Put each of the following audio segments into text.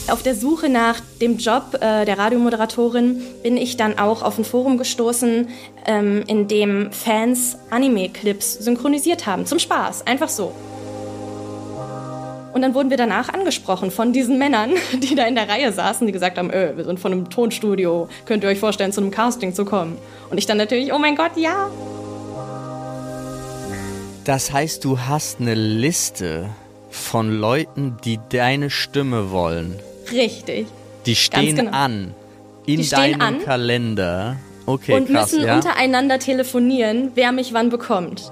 Auf der Suche nach dem Job der Radiomoderatorin bin ich dann auch auf ein Forum gestoßen, in dem Fans Anime-Clips synchronisiert haben. Zum Spaß, einfach so. Und dann wurden wir danach angesprochen von diesen Männern, die da in der Reihe saßen, die gesagt haben, wir sind von einem Tonstudio, könnt ihr euch vorstellen, zu einem Casting zu kommen? Und ich dann natürlich, oh mein Gott, ja. Das heißt, du hast eine Liste von Leuten, die deine Stimme wollen. Richtig. Die stehen an in deinem Kalender. Okay, und krass, müssen ja? untereinander telefonieren, wer mich wann bekommt.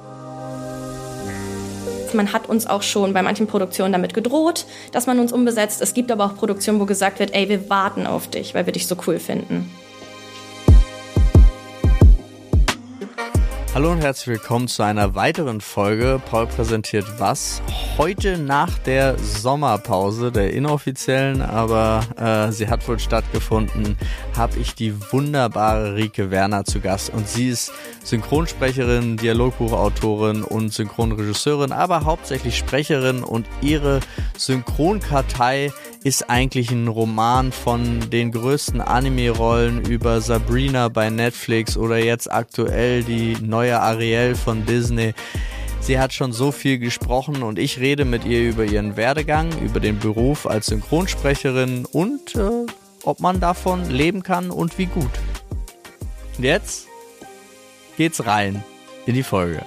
Man hat uns auch schon bei manchen Produktionen damit gedroht, dass man uns umbesetzt. Es gibt aber auch Produktionen, wo gesagt wird, wir warten auf dich, weil wir dich so cool finden. Hallo und herzlich willkommen zu einer weiteren Folge Paul präsentiert was. Heute nach der Sommerpause, der inoffiziellen, aber sie hat wohl stattgefunden, habe ich die wunderbare Rike Werner zu Gast. Und sie ist Synchronsprecherin, Dialogbuchautorin und Synchronregisseurin, aber hauptsächlich Sprecherin. Und ihre Synchronkartei ist eigentlich ein Roman von den größten Anime-Rollen über Sabrina bei Netflix oder jetzt aktuell die neue Ariel von Disney. Sie hat schon so viel gesprochen und ich rede mit ihr über ihren Werdegang, über den Beruf als Synchronsprecherin und ob man davon leben kann und wie gut. Jetzt geht's rein in die Folge.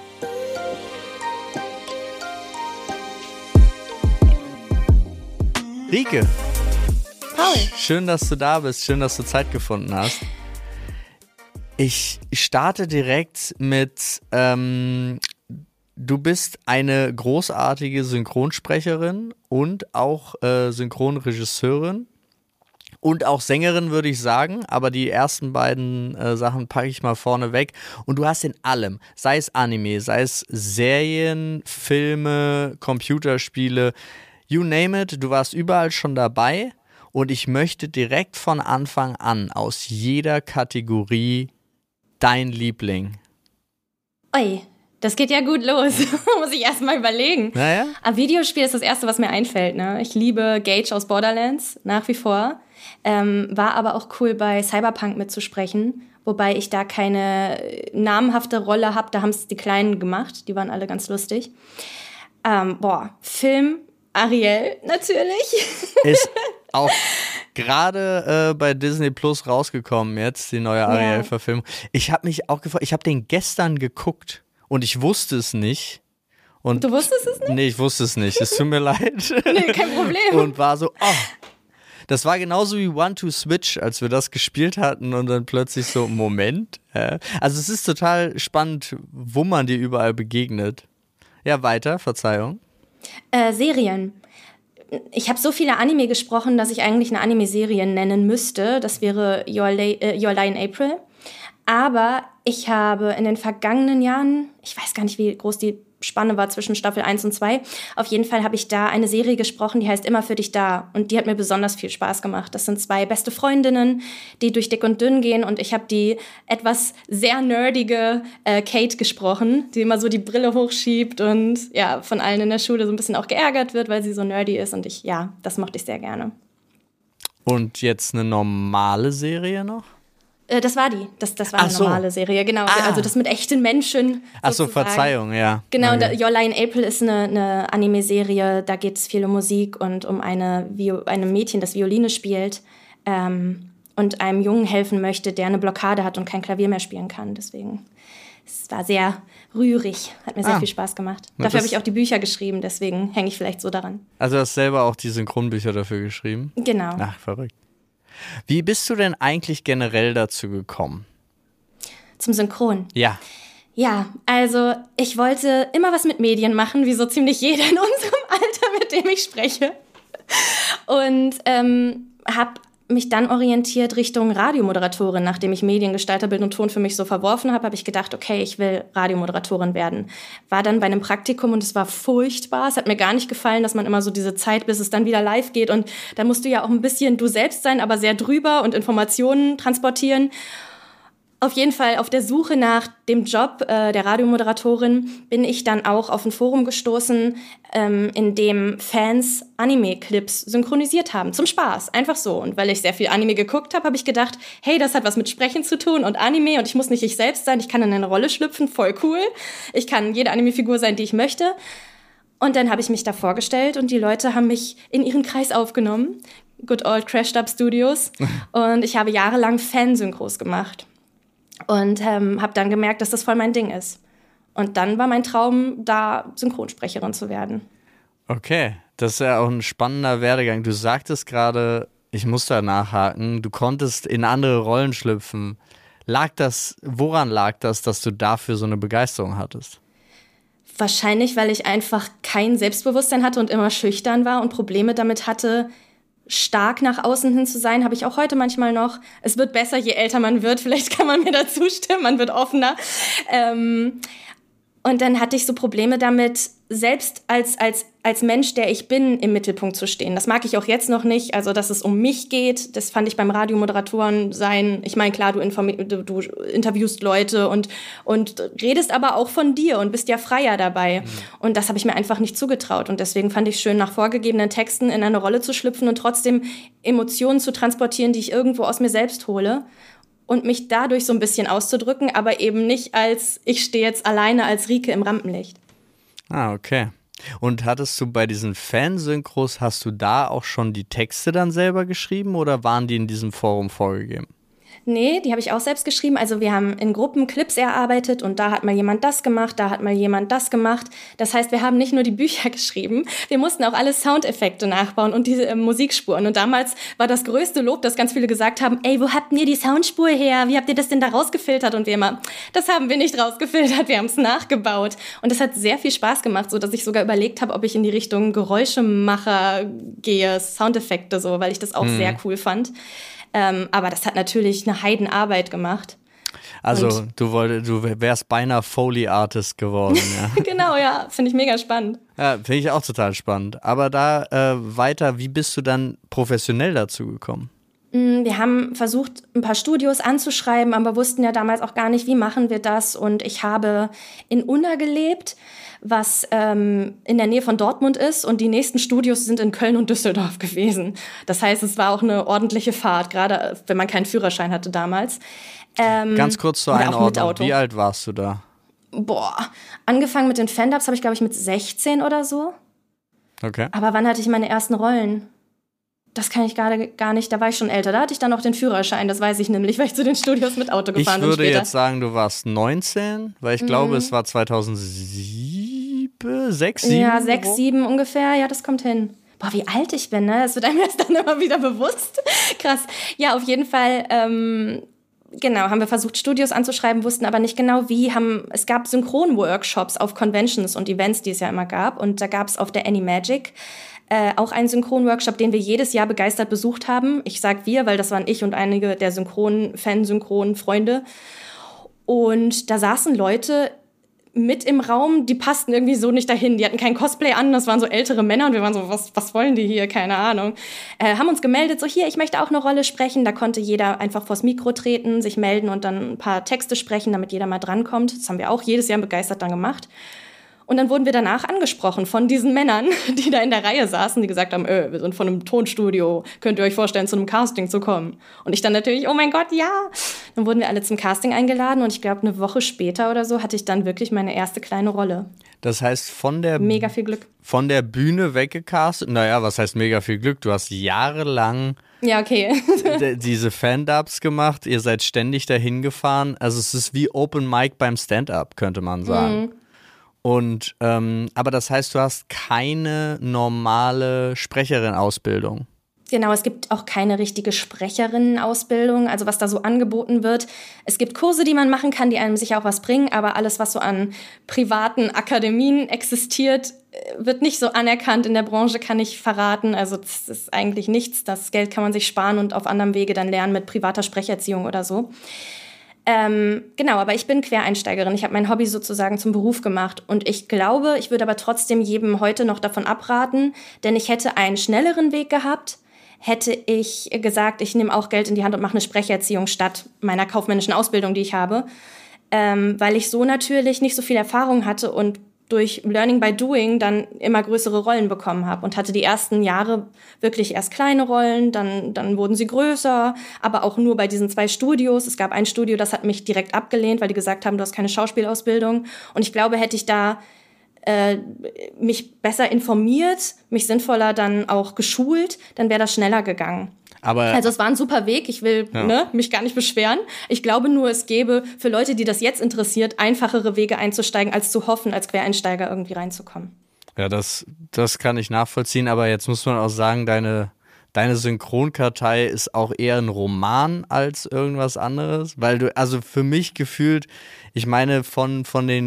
Rike, Paul. Schön, dass du da bist, schön, dass du Zeit gefunden hast. Ich starte direkt mit, du bist eine großartige Synchronsprecherin und auch Synchronregisseurin und auch Sängerin, würde ich sagen, aber die ersten beiden Sachen packe ich mal vorne weg. Und du hast in allem, sei es Anime, sei es Serien, Filme, Computerspiele, you name it, du warst überall schon dabei. Und ich möchte direkt von Anfang an aus jeder Kategorie dein Liebling. Ui, das geht ja gut los. Muss ich erst mal überlegen. Naja. Am Videospiel ist das Erste, was mir einfällt. Ne? Ich liebe Gage aus Borderlands, nach wie vor. War aber auch cool, bei Cyberpunk mitzusprechen. Wobei ich da keine namhafte Rolle habe. Da haben es die Kleinen gemacht. Die waren alle ganz lustig. Film, Ariel natürlich. Ist auch gerade bei Disney Plus rausgekommen jetzt, die neue Ariel-Verfilmung. Ich habe mich auch gefragt, ich habe den gestern geguckt und ich wusste es nicht. Und du wusstest es nicht? Nee, ich wusste es nicht. Es tut mir leid. Nee, kein Problem. Und war so, das war genauso wie One to Switch, als wir das gespielt hatten und dann plötzlich so, Moment. Also es ist total spannend, wo man dir überall begegnet. Ja, weiter, Verzeihung. Serien. Ich habe so viele Anime gesprochen, dass ich eigentlich eine Anime-Serie nennen müsste. Das wäre Your Lie in April. Aber ich habe in den vergangenen Jahren, ich weiß gar nicht, wie groß die Spanne war zwischen Staffel 1 und 2, auf jeden Fall habe ich da eine Serie gesprochen, die heißt Immer für dich da. Und die hat mir besonders viel Spaß gemacht. Das sind 2 beste Freundinnen, die durch dick und dünn gehen. Und ich habe die etwas sehr nerdige Kate gesprochen, die immer so die Brille hochschiebt und ja, von allen in der Schule so ein bisschen auch geärgert wird, weil sie so nerdy ist. Und das mochte ich sehr gerne. Und jetzt eine normale Serie noch? Das war die. Das war eine normale Serie, genau. Also das mit echten Menschen. Ach so, Verzeihung, ja. Genau, okay. Your Lie in April ist eine Anime-Serie, da geht es viel um Musik und um einem Mädchen, das Violine spielt und einem Jungen helfen möchte, der eine Blockade hat und kein Klavier mehr spielen kann. Deswegen, es war sehr rührig, hat mir sehr viel Spaß gemacht. Dafür habe ich auch die Bücher geschrieben, deswegen hänge ich vielleicht so daran. Also du hast selber auch die Synchronbücher dafür geschrieben? Genau. Ach, verrückt. Wie bist du denn eigentlich generell dazu gekommen? Zum Synchron? Ja. Ja, also ich wollte immer was mit Medien machen, wie so ziemlich jeder in unserem Alter, mit dem ich spreche. Und habe mich dann orientiert Richtung Radiomoderatorin. Nachdem ich Mediengestalter, Bild und Ton für mich so verworfen habe ich gedacht, okay, ich will Radiomoderatorin werden. War dann bei einem Praktikum und es war furchtbar. Es hat mir gar nicht gefallen, dass man immer so diese Zeit, bis es dann wieder live geht. Und da musst du ja auch ein bisschen du selbst sein, aber sehr drüber und Informationen transportieren. Auf jeden Fall auf der Suche nach dem Job der Radiomoderatorin bin ich dann auch auf ein Forum gestoßen, in dem Fans Anime-Clips synchronisiert haben. Zum Spaß, einfach so. Und weil ich sehr viel Anime geguckt habe, habe ich gedacht, hey, das hat was mit Sprechen zu tun und Anime und ich muss nicht ich selbst sein, ich kann in eine Rolle schlüpfen, voll cool. Ich kann jede Anime-Figur sein, die ich möchte. Und dann habe ich mich da vorgestellt und die Leute haben mich in ihren Kreis aufgenommen. Good old Crashed Up Studios. Und ich habe jahrelang Fansynchros gemacht. Und habe dann gemerkt, dass das voll mein Ding ist. Und dann war mein Traum, da Synchronsprecherin zu werden. Okay, das ist ja auch ein spannender Werdegang. Du sagtest gerade, ich muss da nachhaken, du konntest in andere Rollen schlüpfen. Woran lag das, dass du dafür so eine Begeisterung hattest? Wahrscheinlich, weil ich einfach kein Selbstbewusstsein hatte und immer schüchtern war und Probleme damit hatte, stark nach außen hin zu sein, habe ich auch heute manchmal noch. Es wird besser, je älter man wird. Vielleicht kann man mir da zustimmen, man wird offener. Und dann hatte ich so Probleme damit, selbst als Mensch, der ich bin, im Mittelpunkt zu stehen. Das mag ich auch jetzt noch nicht. Also, dass es um mich geht, das fand ich beim Radiomoderatoren sein. Ich meine, klar, du interviewst Leute und redest aber auch von dir und bist ja freier dabei. Mhm. Und das habe ich mir einfach nicht zugetraut. Und deswegen fand ich es schön, nach vorgegebenen Texten in eine Rolle zu schlüpfen und trotzdem Emotionen zu transportieren, die ich irgendwo aus mir selbst hole. Und mich dadurch so ein bisschen auszudrücken, aber eben nicht als, ich stehe jetzt alleine als Rike im Rampenlicht. Ah, okay. Und hattest du bei diesen Fansynchros, hast du da auch schon die Texte dann selber geschrieben oder waren die in diesem Forum vorgegeben? Nee, die habe ich auch selbst geschrieben. Also wir haben in Gruppen Clips erarbeitet und da hat mal jemand das gemacht, da hat mal jemand das gemacht. Das heißt, wir haben nicht nur die Bücher geschrieben, wir mussten auch alle Soundeffekte nachbauen und diese Musikspuren. Und damals war das größte Lob, dass ganz viele gesagt haben, ey, wo habt ihr die Soundspur her? Wie habt ihr das denn da rausgefiltert? Und wir immer, das haben wir nicht rausgefiltert, wir haben es nachgebaut. Und das hat sehr viel Spaß gemacht, so dass ich sogar überlegt habe, ob ich in die Richtung Geräuschemacher gehe, Soundeffekte so, weil ich das auch sehr cool fand. Aber das hat natürlich eine Heidenarbeit gemacht. Also du wärst beinahe Foley-Artist geworden, ja. Genau, ja, finde ich mega spannend. Ja, finde ich auch total spannend. Aber da weiter, wie bist du dann professionell dazu gekommen? Wir haben versucht, ein paar Studios anzuschreiben, aber wussten ja damals auch gar nicht, wie machen wir das. Und ich habe in Unna gelebt, was in der Nähe von Dortmund ist. Und die nächsten Studios sind in Köln und Düsseldorf gewesen. Das heißt, es war auch eine ordentliche Fahrt, gerade wenn man keinen Führerschein hatte damals. Ganz kurz zur Einordnung, wie alt warst du da? Angefangen mit den Fan-Dubs habe ich, glaube ich, mit 16 oder so. Okay. Aber wann hatte ich meine ersten Rollen? Das kann ich gar nicht, da war ich schon älter. Da hatte ich dann noch den Führerschein, das weiß ich nämlich, weil ich zu den Studios mit Auto gefahren bin. Ich würde jetzt sagen, du warst 19, weil ich glaube, es war 2007, 6, 7? Ja, 6, 7 ungefähr, ja, das kommt hin. Boah, wie alt ich bin, ne? Das wird einem erst dann immer wieder bewusst. Krass. Ja, auf jeden Fall, genau, haben wir versucht, Studios anzuschreiben, wussten aber nicht genau wie. Es gab Synchron-Workshops auf Conventions und Events, die es ja immer gab. Und da gab es auf der Animagic auch einen Synchron-Workshop, den wir jedes Jahr begeistert besucht haben. Ich sag wir, weil das waren ich und einige der Fansynchron-Freunde. Und da saßen Leute mit im Raum, die passten irgendwie so nicht dahin. Die hatten kein Cosplay an, das waren so ältere Männer und wir waren so, was wollen die hier? Keine Ahnung. Haben uns gemeldet, so hier, ich möchte auch eine Rolle sprechen. Da konnte jeder einfach vors Mikro treten, sich melden und dann ein paar Texte sprechen, damit jeder mal drankommt. Das haben wir auch jedes Jahr begeistert dann gemacht. Und dann wurden wir danach angesprochen von diesen Männern, die da in der Reihe saßen, die gesagt haben, wir sind von einem Tonstudio, könnt ihr euch vorstellen, zu einem Casting zu kommen? Und ich dann natürlich, oh mein Gott, ja! Dann wurden wir alle zum Casting eingeladen und ich glaube, eine Woche später oder so hatte ich dann wirklich meine erste kleine Rolle. Das heißt, mega viel Glück. Von der Bühne weggecastet? Naja, was heißt mega viel Glück? Du hast jahrelang diese Fan-Dubs gemacht, ihr seid ständig dahin gefahren. Also es ist wie Open Mic beim Stand-Up, könnte man sagen. Mhm. Und aber das heißt, du hast keine normale Sprecherin-Ausbildung. Genau, es gibt auch keine richtige Sprecherinnen-Ausbildung, also was da so angeboten wird. Es gibt Kurse, die man machen kann, die einem sicher auch was bringen, aber alles, was so an privaten Akademien existiert, wird nicht so anerkannt in der Branche, kann ich verraten. Also das ist eigentlich nichts. Das Geld kann man sich sparen und auf anderem Wege dann lernen mit privater Sprecherziehung oder so. Genau, aber ich bin Quereinsteigerin. Ich habe mein Hobby sozusagen zum Beruf gemacht. Und ich glaube, ich würde aber trotzdem jedem heute noch davon abraten, denn ich hätte einen schnelleren Weg gehabt. hätte ich gesagt, ich nehme auch Geld in die Hand und mache eine Sprecherziehung statt meiner kaufmännischen Ausbildung, die ich habe, weil ich so natürlich nicht so viel Erfahrung hatte und durch Learning by Doing dann immer größere Rollen bekommen habe und hatte die ersten Jahre wirklich erst kleine Rollen, dann wurden sie größer, aber auch nur bei diesen 2 Studios. Es gab ein Studio, das hat mich direkt abgelehnt, weil die gesagt haben, du hast keine Schauspielausbildung. Und ich glaube, hätte ich da mich besser informiert, mich sinnvoller dann auch geschult, dann wäre das schneller gegangen. Also es war ein super Weg, ich will mich gar nicht beschweren. Ich glaube nur, es gäbe für Leute, die das jetzt interessiert, einfachere Wege einzusteigen, als zu hoffen, als Quereinsteiger irgendwie reinzukommen. Ja, das kann ich nachvollziehen, aber jetzt muss man auch sagen, deine Synchronkartei ist auch eher ein Roman als irgendwas anderes, weil du, also für mich gefühlt, ich meine von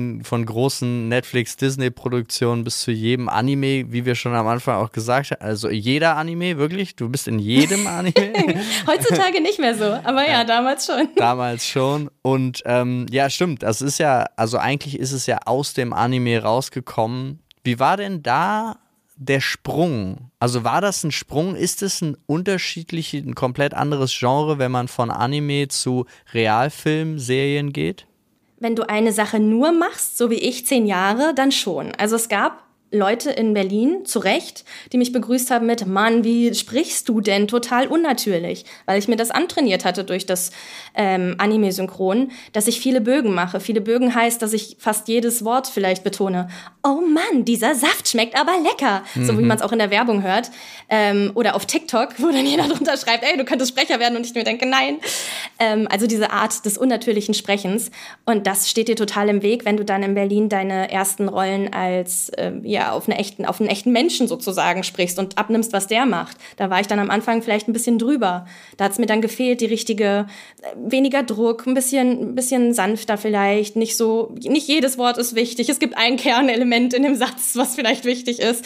großen Netflix-Disney-Produktionen bis zu jedem Anime, wie wir schon am Anfang auch gesagt haben, also jeder Anime, wirklich, du bist in jedem Anime. Heutzutage nicht mehr so, aber ja, damals schon. Damals schon und ja, stimmt, das ist ja, also eigentlich ist es ja aus dem Anime rausgekommen. Wie war denn da der Sprung? Also war das ein Sprung? Ist es ein komplett anderes Genre, wenn man von Anime zu Realfilm-Serien geht? Wenn du eine Sache nur machst, so wie ich 10 Jahre, dann schon. Also es gab Leute in Berlin, zu Recht, die mich begrüßt haben mit, Mann, wie sprichst du denn? Total unnatürlich. Weil ich mir das antrainiert hatte durch das Anime-Synchron, dass ich viele Bögen mache. Viele Bögen heißt, dass ich fast jedes Wort vielleicht betone. Oh Mann, dieser Saft schmeckt aber lecker. So wie man es auch in der Werbung hört. Oder auf TikTok, wo dann jeder drunter schreibt, ey, du könntest Sprecher werden. Und ich mir denke, nein. Also diese Art des unnatürlichen Sprechens. Und das steht dir total im Weg, wenn du dann in Berlin deine ersten Rollen als auf einen echten Menschen sozusagen sprichst und abnimmst, was der macht. Da war ich dann am Anfang vielleicht ein bisschen drüber. Da hat es mir dann gefehlt, die richtige, weniger Druck, ein bisschen sanfter vielleicht. Nicht jedes Wort ist wichtig. Es gibt ein Kernelement in dem Satz, was vielleicht wichtig ist.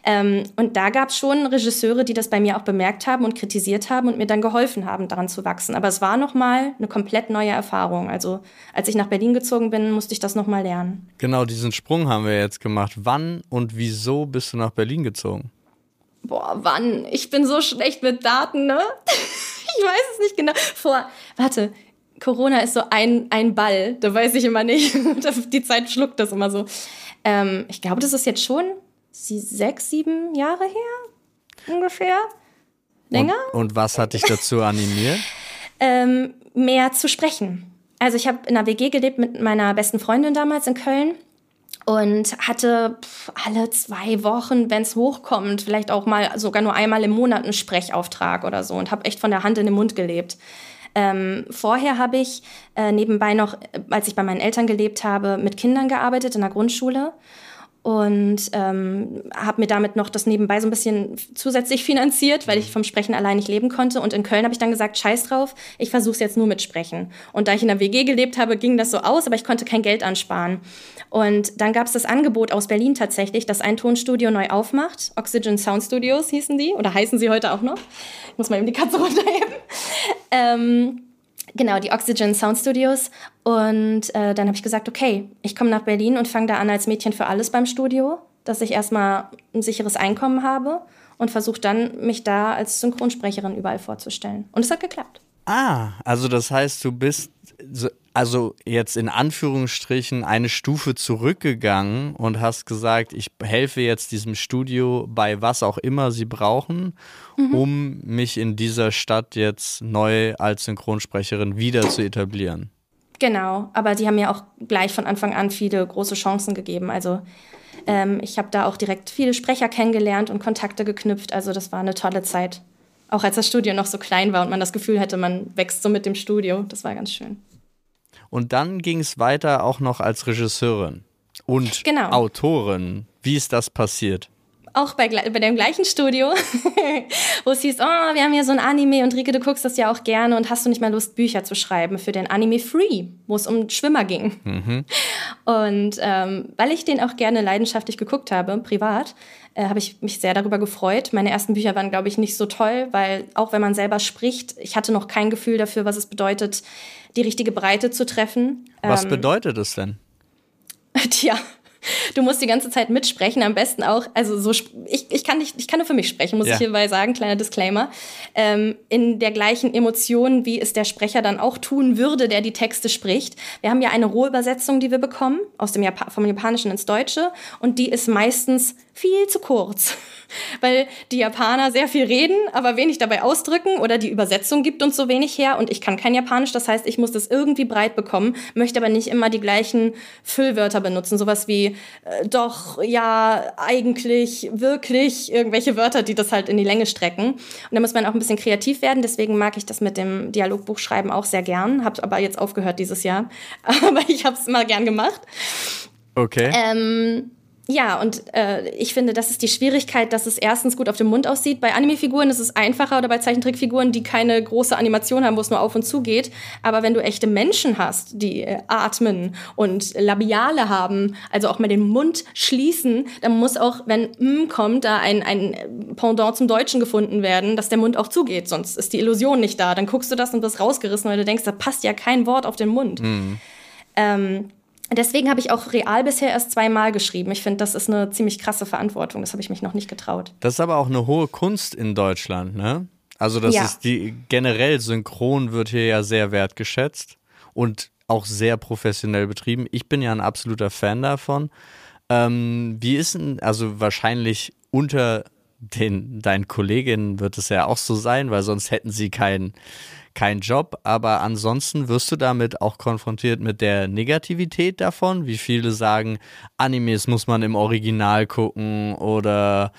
Und da gab es schon Regisseure, die das bei mir auch bemerkt haben und kritisiert haben und mir dann geholfen haben, daran zu wachsen. Aber es war nochmal eine komplett neue Erfahrung. Also als ich nach Berlin gezogen bin, musste ich das nochmal lernen. Genau, diesen Sprung haben wir jetzt gemacht. Wann und wieso bist du nach Berlin gezogen? Boah, wann? Ich bin so schlecht mit Daten, ne? Ich weiß es nicht genau. Corona ist so ein Ball, da weiß ich immer nicht. Die Zeit schluckt das immer so. Ich glaube, das ist jetzt schon 6, 7 Jahre her, ungefähr. Länger. Und was hat dich dazu animiert? Mehr zu sprechen. Also ich habe in einer WG gelebt mit meiner besten Freundin damals in Köln und hatte alle 2 Wochen, wenn es hochkommt, vielleicht auch mal sogar nur einmal im Monat einen Sprechauftrag oder so und habe echt von der Hand in den Mund gelebt. Vorher habe ich nebenbei noch, als ich bei meinen Eltern gelebt habe, mit Kindern gearbeitet in der Grundschule. Und habe mir damit noch das nebenbei so ein bisschen zusätzlich finanziert, weil ich vom Sprechen allein nicht leben konnte. Und in Köln habe ich dann gesagt, scheiß drauf, ich versuche es jetzt nur mit Sprechen. Und da ich in der WG gelebt habe, ging das so aus, aber ich konnte kein Geld ansparen. Und dann gab es das Angebot aus Berlin tatsächlich, dass ein Tonstudio neu aufmacht. Oxygen Sound Studios hießen die oder heißen sie heute auch noch. Ich muss mal eben die Katze runterheben. Genau, die Oxygen Sound Studios. Und dann habe ich gesagt, okay, ich komme nach Berlin und fange da an als Mädchen für alles beim Studio, dass ich erstmal ein sicheres Einkommen habe und versuche dann, mich da als Synchronsprecherin überall vorzustellen. Und es hat geklappt. Also das heißt, du bist also jetzt in Anführungsstrichen eine Stufe zurückgegangen und hast gesagt, ich helfe jetzt diesem Studio bei was auch immer sie brauchen, um mich in dieser Stadt jetzt neu als Synchronsprecherin wieder zu etablieren. Genau, aber die haben mir auch gleich von Anfang an viele große Chancen gegeben. Also ich habe da auch direkt viele Sprecher kennengelernt und Kontakte geknüpft. Also das war eine tolle Zeit. Auch als das Studio noch so klein war und man das Gefühl hatte, man wächst so mit dem Studio. Das war ganz schön. Und dann ging es weiter auch noch als Regisseurin und Autorin. Wie ist das passiert? Auch bei dem gleichen Studio, wo es hieß, wir haben hier so ein Anime und Rike, du guckst das ja auch gerne und hast du nicht mal Lust, Bücher zu schreiben für den Anime Free, wo es um Schwimmer ging. Und weil ich den auch gerne leidenschaftlich geguckt habe, privat, habe ich mich sehr darüber gefreut. Meine ersten Bücher waren, glaube ich, nicht so toll, weil auch wenn man selber spricht, ich hatte noch kein Gefühl dafür, was es bedeutet, die richtige Breite zu treffen. Was bedeutet es denn? Tja, Du musst die ganze Zeit mitsprechen, am besten auch, also so, ich kann nur für mich sprechen, muss ich hierbei sagen, kleiner Disclaimer, in der gleichen Emotion, wie es der Sprecher dann auch tun würde, der die Texte spricht. Wir haben ja eine Rohübersetzung, die wir bekommen, vom Japanischen ins Deutsche, und die ist meistens viel zu kurz, weil die Japaner sehr viel reden, aber wenig dabei ausdrücken, oder die Übersetzung gibt uns so wenig her, und ich kann kein Japanisch, das heißt, ich muss das irgendwie breit bekommen, möchte aber nicht immer die gleichen Füllwörter benutzen, sowas wie doch, ja, eigentlich, wirklich, irgendwelche Wörter, die das halt in die Länge strecken. Und da muss man auch ein bisschen kreativ werden, deswegen mag ich das mit dem Dialogbuchschreiben auch sehr gern, habe aber jetzt aufgehört dieses Jahr, aber ich habe es immer gern gemacht. Okay. Ja, und ich finde, das ist die Schwierigkeit, dass es erstens gut auf dem Mund aussieht. Bei Anime-Figuren ist es einfacher, oder bei Zeichentrickfiguren, die keine große Animation haben, wo es nur auf und zu geht. Aber wenn du echte Menschen hast, die atmen und Labiale haben, also auch mal den Mund schließen, dann muss auch, wenn kommt, da ein Pendant zum Deutschen gefunden werden, dass der Mund auch zugeht. Sonst ist die Illusion nicht da. Dann guckst du das und wirst rausgerissen, weil du denkst, da passt ja kein Wort auf den Mund. Deswegen habe ich auch real bisher erst 2-mal geschrieben. Ich finde, das ist eine ziemlich krasse Verantwortung. Das habe ich mich noch nicht getraut. Das ist aber auch eine hohe Kunst in Deutschland, ne? Also das ist generell Synchron wird hier ja sehr wertgeschätzt und auch sehr professionell betrieben. Ich bin ja ein absoluter Fan davon. Wie ist denn, also wahrscheinlich unter deinen Kolleginnen wird es ja auch so sein, weil sonst hätten sie keinen Job, aber ansonsten wirst du damit auch konfrontiert mit der Negativität davon, wie viele sagen, Animes muss man im Original gucken oder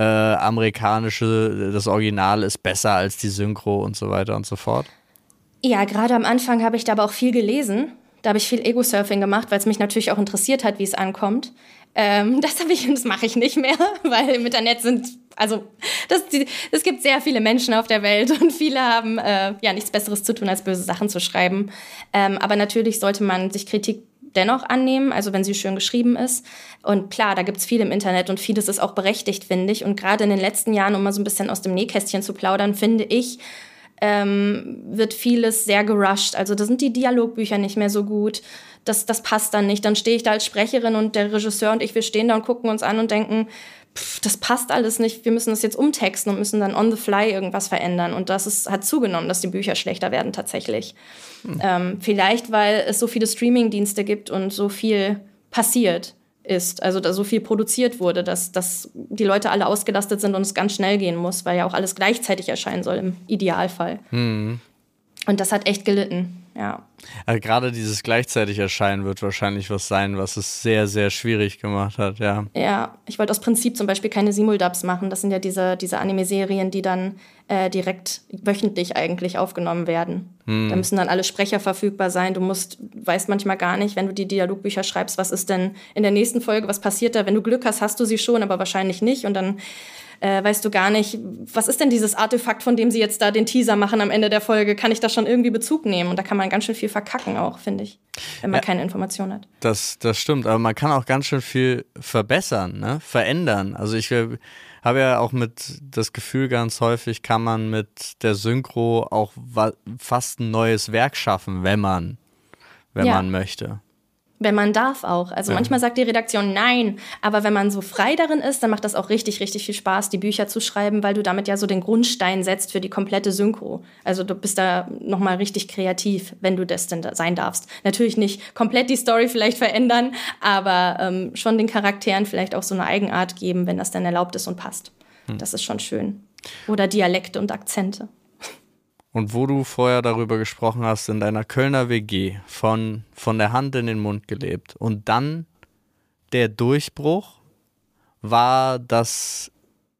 das Original ist besser als die Synchro und so weiter und so fort? Ja, gerade am Anfang habe ich da aber auch viel gelesen. Da habe ich viel Ego-Surfing gemacht, weil es mich natürlich auch interessiert hat, wie es ankommt. Das mache ich nicht mehr, weil im Internet es gibt sehr viele Menschen auf der Welt und viele haben nichts Besseres zu tun, als böse Sachen zu schreiben. Aber natürlich sollte man sich Kritik dennoch annehmen, also wenn sie schön geschrieben ist. Und klar, da gibt's viel im Internet und vieles ist auch berechtigt, finde ich. Und gerade in den letzten Jahren, um mal so ein bisschen aus dem Nähkästchen zu plaudern, finde ich, wird vieles sehr gerusht. Also da sind die Dialogbücher nicht mehr so gut. Das passt dann nicht. Dann stehe ich da als Sprecherin und der Regisseur und ich, wir stehen da und gucken uns an und denken, das passt alles nicht, wir müssen das jetzt umtexten und müssen dann on the fly irgendwas verändern. Und hat zugenommen, dass die Bücher schlechter werden tatsächlich. Vielleicht, weil es so viele Streaming-Dienste gibt und so viel passiert ist, also da so viel produziert wurde, dass die Leute alle ausgelastet sind und es ganz schnell gehen muss, weil ja auch alles gleichzeitig erscheinen soll im Idealfall. Und das hat echt gelitten, ja. Also gerade dieses gleichzeitig Erscheinen wird wahrscheinlich was sein, was es sehr, sehr schwierig gemacht hat, ja. Ja, ich wollte aus Prinzip zum Beispiel keine Simuldubs machen. Das sind ja diese Anime-Serien, die dann direkt wöchentlich eigentlich aufgenommen werden. Da müssen dann alle Sprecher verfügbar sein. Du weißt manchmal gar nicht, wenn du die Dialogbücher schreibst, was ist denn in der nächsten Folge, was passiert da? Wenn du Glück hast du sie schon, aber wahrscheinlich nicht. Und dann weißt du gar nicht, was ist denn dieses Artefakt, von dem sie jetzt da den Teaser machen am Ende der Folge? Kann ich da schon irgendwie Bezug nehmen? Und da kann man ganz schön viel verkacken auch, finde ich, wenn man keine Information hat. Das stimmt, aber man kann auch ganz schön viel verbessern, ne? Verändern. Also ich habe ja auch das Gefühl, ganz häufig kann man mit der Synchro auch fast ein neues Werk schaffen, wenn man möchte. Wenn man darf auch. Also manchmal sagt die Redaktion nein, aber wenn man so frei darin ist, dann macht das auch richtig, richtig viel Spaß, die Bücher zu schreiben, weil du damit ja so den Grundstein setzt für die komplette Synchro. Also du bist da nochmal richtig kreativ, wenn du das denn sein darfst. Natürlich nicht komplett die Story vielleicht verändern, aber schon den Charakteren vielleicht auch so eine Eigenart geben, wenn das dann erlaubt ist und passt. Das ist schon schön. Oder Dialekte und Akzente. Und wo du vorher darüber gesprochen hast, in deiner Kölner WG, von der Hand in den Mund gelebt. Und dann der Durchbruch war das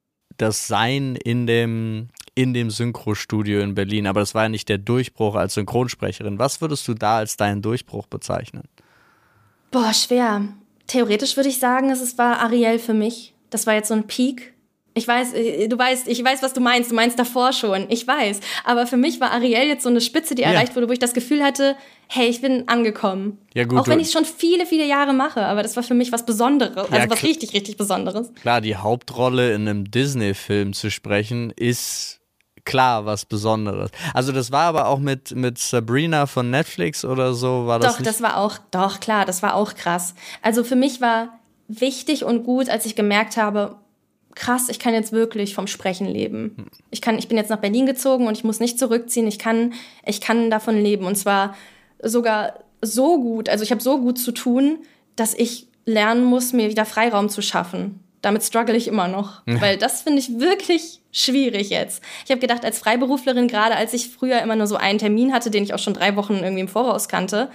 Sein in dem Synchrostudio in Berlin. Aber das war ja nicht der Durchbruch als Synchronsprecherin. Was würdest du da als deinen Durchbruch bezeichnen? Boah, schwer. Theoretisch würde ich sagen, es war Ariel für mich. Das war jetzt so ein Peak. Ich weiß, was du meinst. Du meinst davor schon. Ich weiß. Aber für mich war Ariel jetzt so eine Spitze, die erreicht wurde, wo ich das Gefühl hatte, hey, ich bin angekommen. Ja, gut, auch wenn ich es schon viele, viele Jahre mache. Aber das war für mich was Besonderes. Also was richtig, richtig Besonderes. Klar, die Hauptrolle in einem Disney-Film zu sprechen, ist klar was Besonderes. Also das war aber auch mit Sabrina von Netflix oder so, war das nicht? Das war auch krass. Also für mich war wichtig und gut, als ich gemerkt habe, krass, ich kann jetzt wirklich vom Sprechen leben. Ich bin jetzt nach Berlin gezogen und ich muss nicht zurückziehen. Ich kann davon leben. Und zwar sogar so gut, also ich habe so gut zu tun, dass ich lernen muss, mir wieder Freiraum zu schaffen. Damit struggle ich immer noch, weil das finde ich wirklich schwierig jetzt. Ich habe gedacht, als Freiberuflerin, gerade als ich früher immer nur so einen Termin hatte, den ich auch schon 3 Wochen irgendwie im Voraus kannte,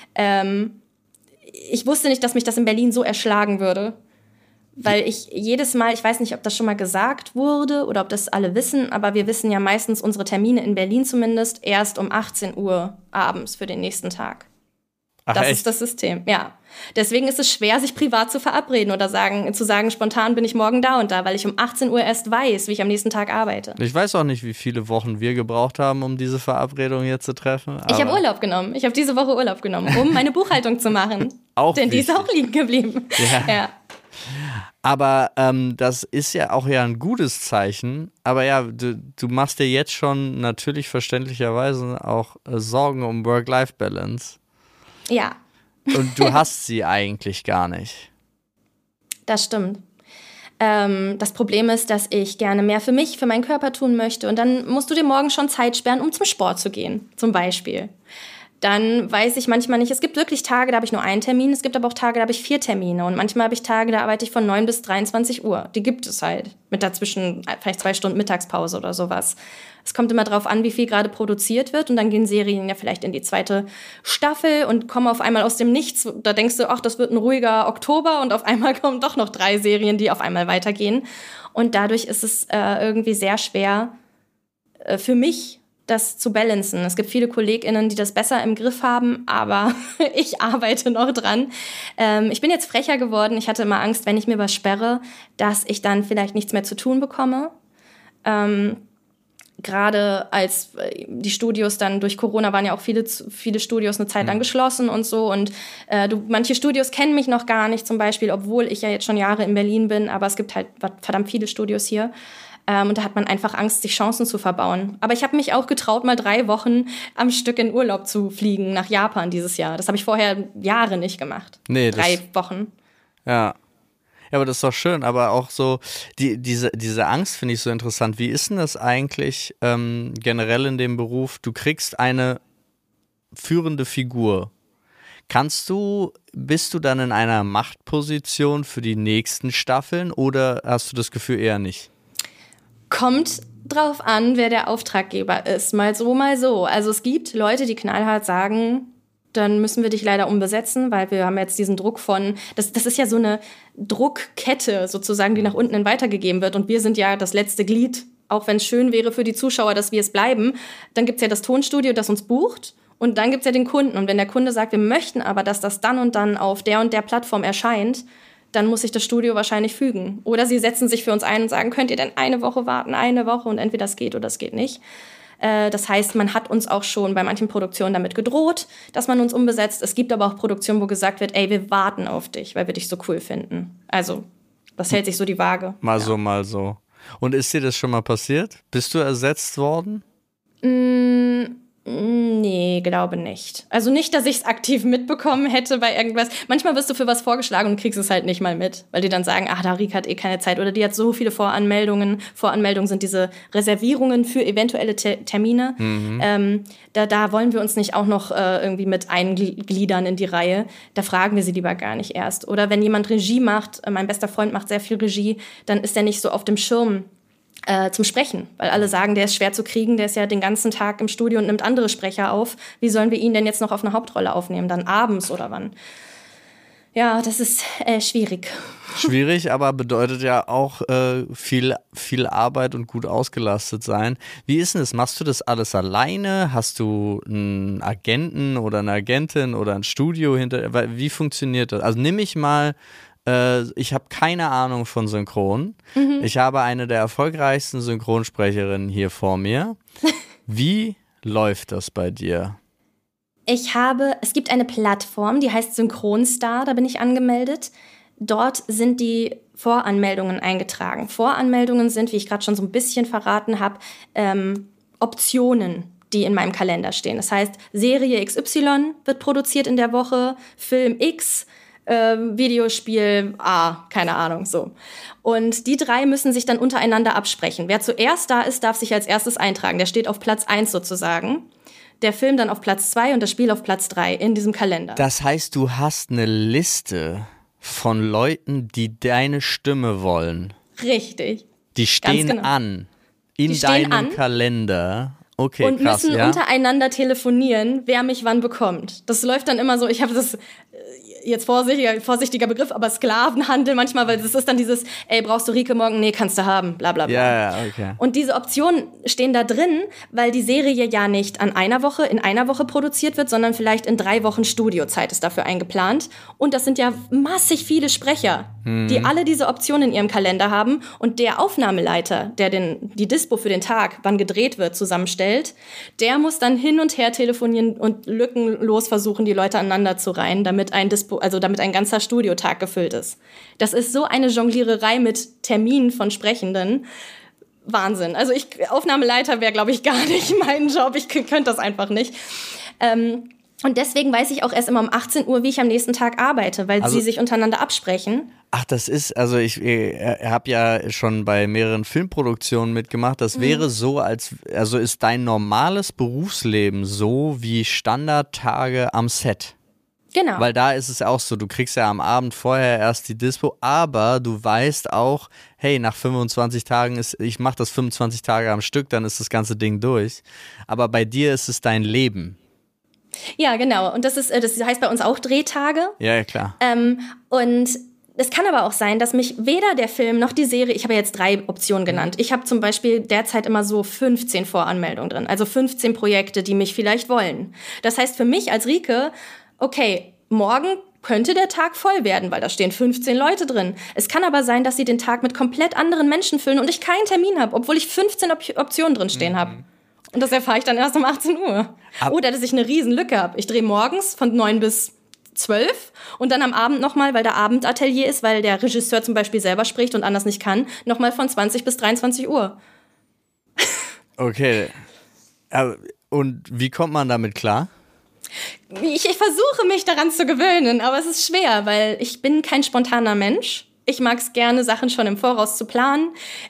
ich wusste nicht, dass mich das in Berlin so erschlagen würde. Weil ich jedes Mal, ich weiß nicht, ob das schon mal gesagt wurde oder ob das alle wissen, aber wir wissen ja meistens unsere Termine in Berlin zumindest erst um 18 Uhr abends für den nächsten Tag. Ach, das echt? ist das System, ja. Deswegen ist es schwer, sich privat zu verabreden oder zu sagen, spontan bin ich morgen da und da, weil ich um 18 Uhr erst weiß, wie ich am nächsten Tag arbeite. Ich weiß auch nicht, wie viele Wochen wir gebraucht haben, um diese Verabredung jetzt zu treffen. Ich habe Urlaub genommen. Ich habe diese Woche Urlaub genommen, um meine Buchhaltung zu machen. Denn die ist auch liegen geblieben. Ja. Aber das ist ja auch ein gutes Zeichen. Aber ja, du machst dir jetzt schon natürlich verständlicherweise auch Sorgen um Work-Life-Balance. Ja. Und du hast sie eigentlich gar nicht. Das stimmt. Das Problem ist, dass ich gerne mehr für mich, für meinen Körper tun möchte. Und dann musst du dir morgen schon Zeit sperren, um zum Sport zu gehen, zum Beispiel. Dann weiß ich manchmal nicht, es gibt wirklich Tage, da habe ich nur einen Termin, es gibt aber auch Tage, da habe ich 4 Termine. Und manchmal habe ich Tage, da arbeite ich von 9 bis 23 Uhr. Die gibt es halt. Mit dazwischen vielleicht 2 Stunden Mittagspause oder sowas. Es kommt immer drauf an, wie viel gerade produziert wird. Und dann gehen Serien ja vielleicht in die 2. Staffel und kommen auf einmal aus dem Nichts. Da denkst du, ach, das wird ein ruhiger Oktober. Und auf einmal kommen doch noch 3 Serien, die auf einmal weitergehen. Und dadurch ist es irgendwie sehr schwer für mich, das zu balancen. Es gibt viele KollegInnen, die das besser im Griff haben, aber ich arbeite noch dran. Ich bin jetzt frecher geworden. Ich hatte immer Angst, wenn ich mir was sperre, dass ich dann vielleicht nichts mehr zu tun bekomme. Gerade als die Studios dann durch Corona waren ja auch viele Studios eine Zeit lang geschlossen und so. Und manche Studios kennen mich noch gar nicht zum Beispiel, obwohl ich ja jetzt schon Jahre in Berlin bin. Aber es gibt halt verdammt viele Studios hier. Und da hat man einfach Angst, sich Chancen zu verbauen. Aber ich habe mich auch getraut, mal 3 Wochen am Stück in Urlaub zu fliegen nach Japan dieses Jahr. Das habe ich vorher Jahre nicht gemacht. Nee, 3 Wochen. Ja. Ja, aber das ist doch schön. Aber auch so, diese Angst finde ich so interessant. Wie ist denn das eigentlich generell in dem Beruf? Du kriegst eine führende Figur. Bist du dann in einer Machtposition für die nächsten Staffeln oder hast du das Gefühl eher nicht? Kommt drauf an, wer der Auftraggeber ist. Mal so, mal so. Also es gibt Leute, die knallhart sagen, dann müssen wir dich leider umbesetzen, weil wir haben jetzt diesen Druck von, das ist ja so eine Druckkette sozusagen, die nach unten weitergegeben wird. Und wir sind ja das letzte Glied, auch wenn es schön wäre für die Zuschauer, dass wir es bleiben. Dann gibt es ja das Tonstudio, das uns bucht. Und dann gibt es ja den Kunden. Und wenn der Kunde sagt, wir möchten aber, dass das dann und dann auf der und der Plattform erscheint, dann muss sich das Studio wahrscheinlich fügen. Oder sie setzen sich für uns ein und sagen, könnt ihr denn 1 Woche warten, 1 Woche und entweder das geht oder das geht nicht. Das heißt, man hat uns auch schon bei manchen Produktionen damit gedroht, dass man uns umbesetzt. Es gibt aber auch Produktionen, wo gesagt wird, ey, wir warten auf dich, weil wir dich so cool finden. Also, das hält sich so die Waage. Mal so, mal so. Und ist dir das schon mal passiert? Bist du ersetzt worden? Nee, glaube nicht. Also nicht, dass ich es aktiv mitbekommen hätte bei irgendwas. Manchmal wirst du für was vorgeschlagen und kriegst es halt nicht mal mit, weil die dann sagen, ach, Darika hat eh keine Zeit oder die hat so viele Voranmeldungen. Voranmeldungen sind diese Reservierungen für eventuelle Termine. Da wollen wir uns nicht auch noch irgendwie mit eingliedern in die Reihe. Da fragen wir sie lieber gar nicht erst. Oder wenn jemand Regie macht, mein bester Freund macht sehr viel Regie, dann ist er nicht so auf dem Schirm zum Sprechen, weil alle sagen, der ist schwer zu kriegen, der ist ja den ganzen Tag im Studio und nimmt andere Sprecher auf. Wie sollen wir ihn denn jetzt noch auf eine Hauptrolle aufnehmen? Dann abends oder wann? Ja, das ist schwierig. Schwierig, aber bedeutet ja auch viel Arbeit und gut ausgelastet sein. Wie ist denn das? Machst du das alles alleine? Hast du einen Agenten oder eine Agentin oder ein Studio hinter? Wie funktioniert das? Also nimm ich mal, ich habe keine Ahnung von Synchron. Ich habe eine der erfolgreichsten Synchronsprecherinnen hier vor mir. Wie läuft das bei dir? Es gibt eine Plattform, die heißt Synchronstar, da bin ich angemeldet. Dort sind die Voranmeldungen eingetragen. Voranmeldungen sind, wie ich gerade schon so ein bisschen verraten habe, Optionen, die in meinem Kalender stehen. Das heißt, Serie XY wird produziert in der Woche, Film X Videospiel A, keine Ahnung, so. Und die 3 müssen sich dann untereinander absprechen. Wer zuerst da ist, darf sich als erstes eintragen. Der steht auf Platz 1 sozusagen. Der Film dann auf Platz 2 und das Spiel auf Platz 3 in diesem Kalender. Das heißt, du hast eine Liste von Leuten, die deine Stimme wollen. Richtig. Die stehen an in deinem Kalender. Okay, und krass, müssen untereinander telefonieren, wer mich wann bekommt. Das läuft dann immer so, ich habe das jetzt vorsichtiger Begriff, aber Sklavenhandel manchmal, weil das ist dann dieses, ey, brauchst du Rike morgen? Nee, kannst du haben, bla bla bla. Ja, okay. Und diese Optionen stehen da drin, weil die Serie ja nicht in einer Woche produziert wird, sondern vielleicht in 3 Wochen Studiozeit ist dafür eingeplant. Und das sind ja massig viele Sprecher, die alle diese Optionen in ihrem Kalender haben. Und der Aufnahmeleiter, der die Dispo für den Tag, wann gedreht wird, zusammenstellt, der muss dann hin und her telefonieren und lückenlos versuchen, die Leute aneinander zu reihen, damit ein ganzer Studiotag gefüllt ist. Das ist so eine Jongliererei mit Terminen von Sprechenden. Wahnsinn. Also Aufnahmeleiter wäre, glaube ich, gar nicht mein Job. Ich könnte das einfach nicht. Und deswegen weiß ich auch erst immer um 18 Uhr, wie ich am nächsten Tag arbeite, weil sie sich untereinander absprechen. Ach, das ist, also ich habe ja schon bei mehreren Filmproduktionen mitgemacht. Das wäre so, also ist dein normales Berufsleben so wie Standardtage am Set? Genau. Weil da ist es auch so, du kriegst ja am Abend vorher erst die Dispo, aber du weißt auch, hey, nach 25 Tagen ich mache das 25 Tage am Stück, dann ist das ganze Ding durch. Aber bei dir ist es dein Leben. Ja, genau. Und das heißt bei uns auch Drehtage. Ja, klar. Und es kann aber auch sein, dass mich weder der Film noch die Serie, ich habe ja jetzt 3 Optionen genannt. Ich habe zum Beispiel derzeit immer so 15 Voranmeldungen drin, also 15 Projekte, die mich vielleicht wollen. Das heißt für mich als Rike, okay, morgen könnte der Tag voll werden, weil da stehen 15 Leute drin. Es kann aber sein, dass sie den Tag mit komplett anderen Menschen füllen und ich keinen Termin habe, obwohl ich 15 Optionen drin stehen habe. Und das erfahre ich dann erst um 18 Uhr. Oder dass ich eine riesen Lücke habe. Ich drehe morgens von 9 bis 12 und dann am Abend nochmal, weil da Abendatelier ist, weil der Regisseur zum Beispiel selber spricht und anders nicht kann, nochmal von 20 bis 23 Uhr. Okay. Und wie kommt man damit klar? Ich versuche mich daran zu gewöhnen, aber es ist schwer, weil ich bin kein spontaner Mensch. Ich mag es gerne, Sachen schon im Voraus zu planen.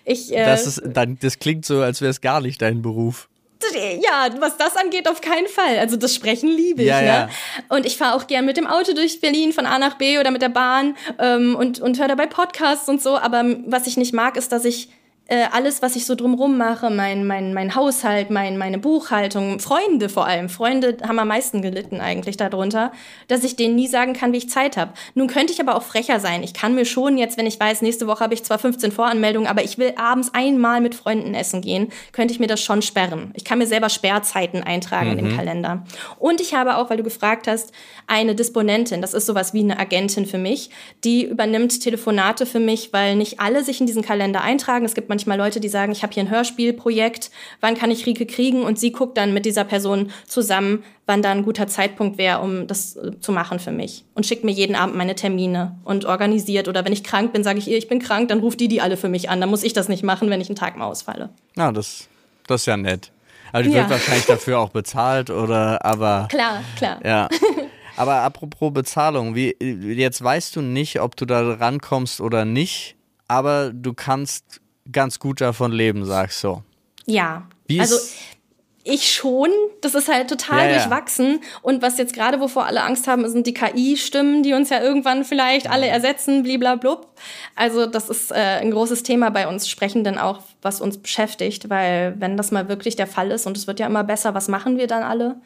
Das klingt so, als wäre es gar nicht dein Beruf. Ja, was das angeht, auf keinen Fall. Also das Sprechen liebe ich. Ja, ne? ja. Und ich fahre auch gern mit dem Auto durch Berlin von A nach B oder mit der Bahn und höre dabei Podcasts und so. Aber was ich nicht mag, ist, dass ich alles, was ich so drumrum mache, mein Haushalt, meine Buchhaltung, Freunde vor allem. Freunde haben am meisten gelitten eigentlich darunter, dass ich denen nie sagen kann, wie ich Zeit habe. Nun könnte ich aber auch frecher sein. Ich kann mir schon jetzt, wenn ich weiß, nächste Woche habe ich zwar 15 Voranmeldungen, aber ich will abends einmal mit Freunden essen gehen, könnte ich mir das schon sperren. Ich kann mir selber Sperrzeiten eintragen in den Kalender. Und ich habe auch, weil du gefragt hast, eine Disponentin. Das ist sowas wie eine Agentin für mich. Die übernimmt Telefonate für mich, weil nicht alle sich in diesen Kalender eintragen. Es gibt manchmal Leute, die sagen, ich habe hier ein Hörspielprojekt, wann kann ich Rike kriegen? Und sie guckt dann mit dieser Person zusammen, wann da ein guter Zeitpunkt wäre, um das zu machen für mich. Und schickt mir jeden Abend meine Termine und organisiert. Oder wenn ich krank bin, sage ich ihr, ich bin krank, dann ruft die alle für mich an. Dann muss ich das nicht machen, wenn ich einen Tag mal ausfalle. Na, das ist ja nett. Also die wird wahrscheinlich dafür auch bezahlt, aber... Klar. Ja. Aber apropos Bezahlung, jetzt weißt du nicht, ob du da rankommst oder nicht, aber du kannst ganz gut davon leben, sagst du. Ja, also ich schon. Das ist halt total durchwachsen. Und was jetzt gerade, wovor alle Angst haben, sind die KI-Stimmen, die uns ja irgendwann vielleicht alle ersetzen, bliblablub. Also das ist ein großes Thema bei uns Sprechenden auch, was uns beschäftigt, weil wenn das mal wirklich der Fall ist und es wird ja immer besser, was machen wir dann alle?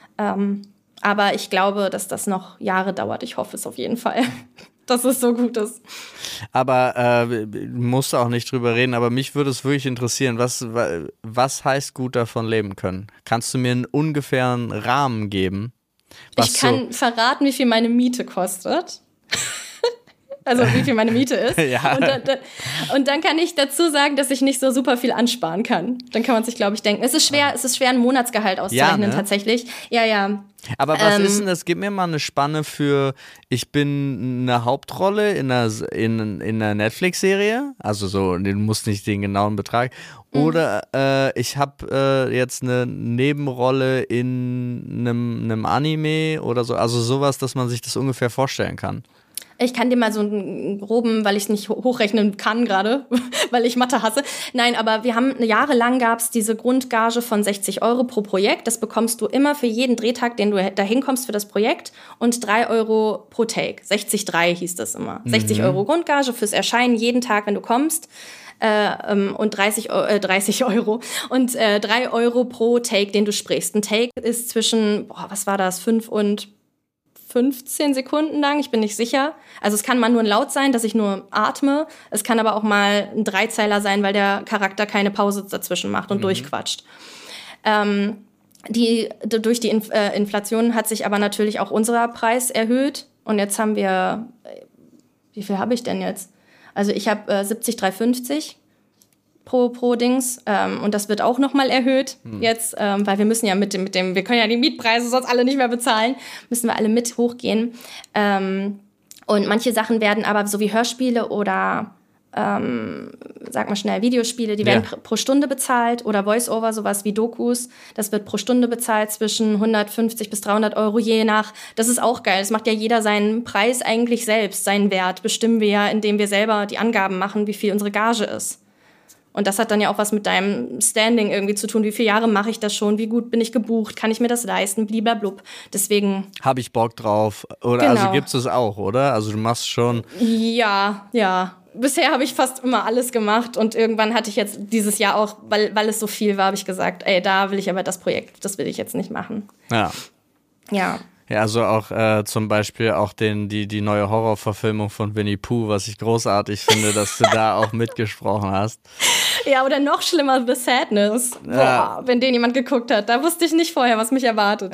Aber ich glaube, dass das noch Jahre dauert. Ich hoffe es auf jeden Fall, dass es so gut ist. Aber musst du auch nicht drüber reden, aber mich würde es wirklich interessieren, was heißt gut davon leben können? Kannst du mir einen ungefähren Rahmen geben? Ich kann verraten, wie viel meine Miete kostet. Also wie viel meine Miete ist. Ja. Und dann kann ich dazu sagen, dass ich nicht so super viel ansparen kann. Dann kann man sich, glaube ich, denken. Es ist schwer, ein Monatsgehalt auszurechnen, tatsächlich. Ja. Aber was ist denn das? Gib mir mal eine Spanne für, ich bin eine Hauptrolle in einer Netflix-Serie, also so, du musst nicht den genauen Betrag, oder ich habe jetzt eine Nebenrolle in einem Anime oder so, also sowas, dass man sich das ungefähr vorstellen kann. Ich kann dir mal so einen groben, weil ich es nicht hochrechnen kann gerade, weil ich Mathe hasse. Nein, aber wir haben jahrelang gab es diese Grundgage von 60 Euro pro Projekt. Das bekommst du immer für jeden Drehtag, den du da hinkommst für das Projekt und 3 Euro pro Take. 60,3 hieß das immer. 60 Euro Grundgage fürs Erscheinen jeden Tag, wenn du kommst. Und 30 Euro und 3 Euro pro Take, den du sprichst. Ein Take ist zwischen, was war das, 5 und 15 Sekunden lang, ich bin nicht sicher. Also es kann mal nur ein Laut sein, dass ich nur atme. Es kann aber auch mal ein Dreizeiler sein, weil der Charakter keine Pause dazwischen macht und durchquatscht. Durch die Inflation hat sich aber natürlich auch unser Preis erhöht. Und jetzt haben wir, wie viel habe ich denn jetzt? Also ich habe 70,350 pro Dings und das wird auch nochmal erhöht jetzt, weil wir müssen ja mit dem, wir können ja die Mietpreise sonst alle nicht mehr bezahlen, müssen wir alle mit hochgehen. Und manche Sachen werden aber, so wie Hörspiele oder sag mal schnell, Videospiele, die werden pro Stunde bezahlt oder Voice-Over, sowas wie Dokus, das wird pro Stunde bezahlt zwischen 150 bis 300 Euro je nach, das ist auch geil, das macht ja jeder seinen Preis eigentlich selbst, seinen Wert bestimmen wir ja, indem wir selber die Angaben machen, wie viel unsere Gage ist. Und das hat dann ja auch was mit deinem Standing irgendwie zu tun. Wie viele Jahre mache ich das schon? Wie gut bin ich gebucht? Kann ich mir das leisten? Bliblablub. Deswegen... Habe ich Bock drauf? Oder genau. Also gibt's das auch, oder? Also du machst schon... Ja. Bisher habe ich fast immer alles gemacht. Und irgendwann hatte ich jetzt dieses Jahr auch, weil es so viel war, habe ich gesagt, da will ich aber das Projekt, das will ich jetzt nicht machen. Ja. Ja. Ja, also auch zum Beispiel auch die neue Horrorverfilmung von Winnie Pooh, was ich großartig finde, dass du da auch mitgesprochen hast. Ja, oder noch schlimmer, The Sadness. Boah, wenn den jemand geguckt hat. Da wusste ich nicht vorher, was mich erwartet.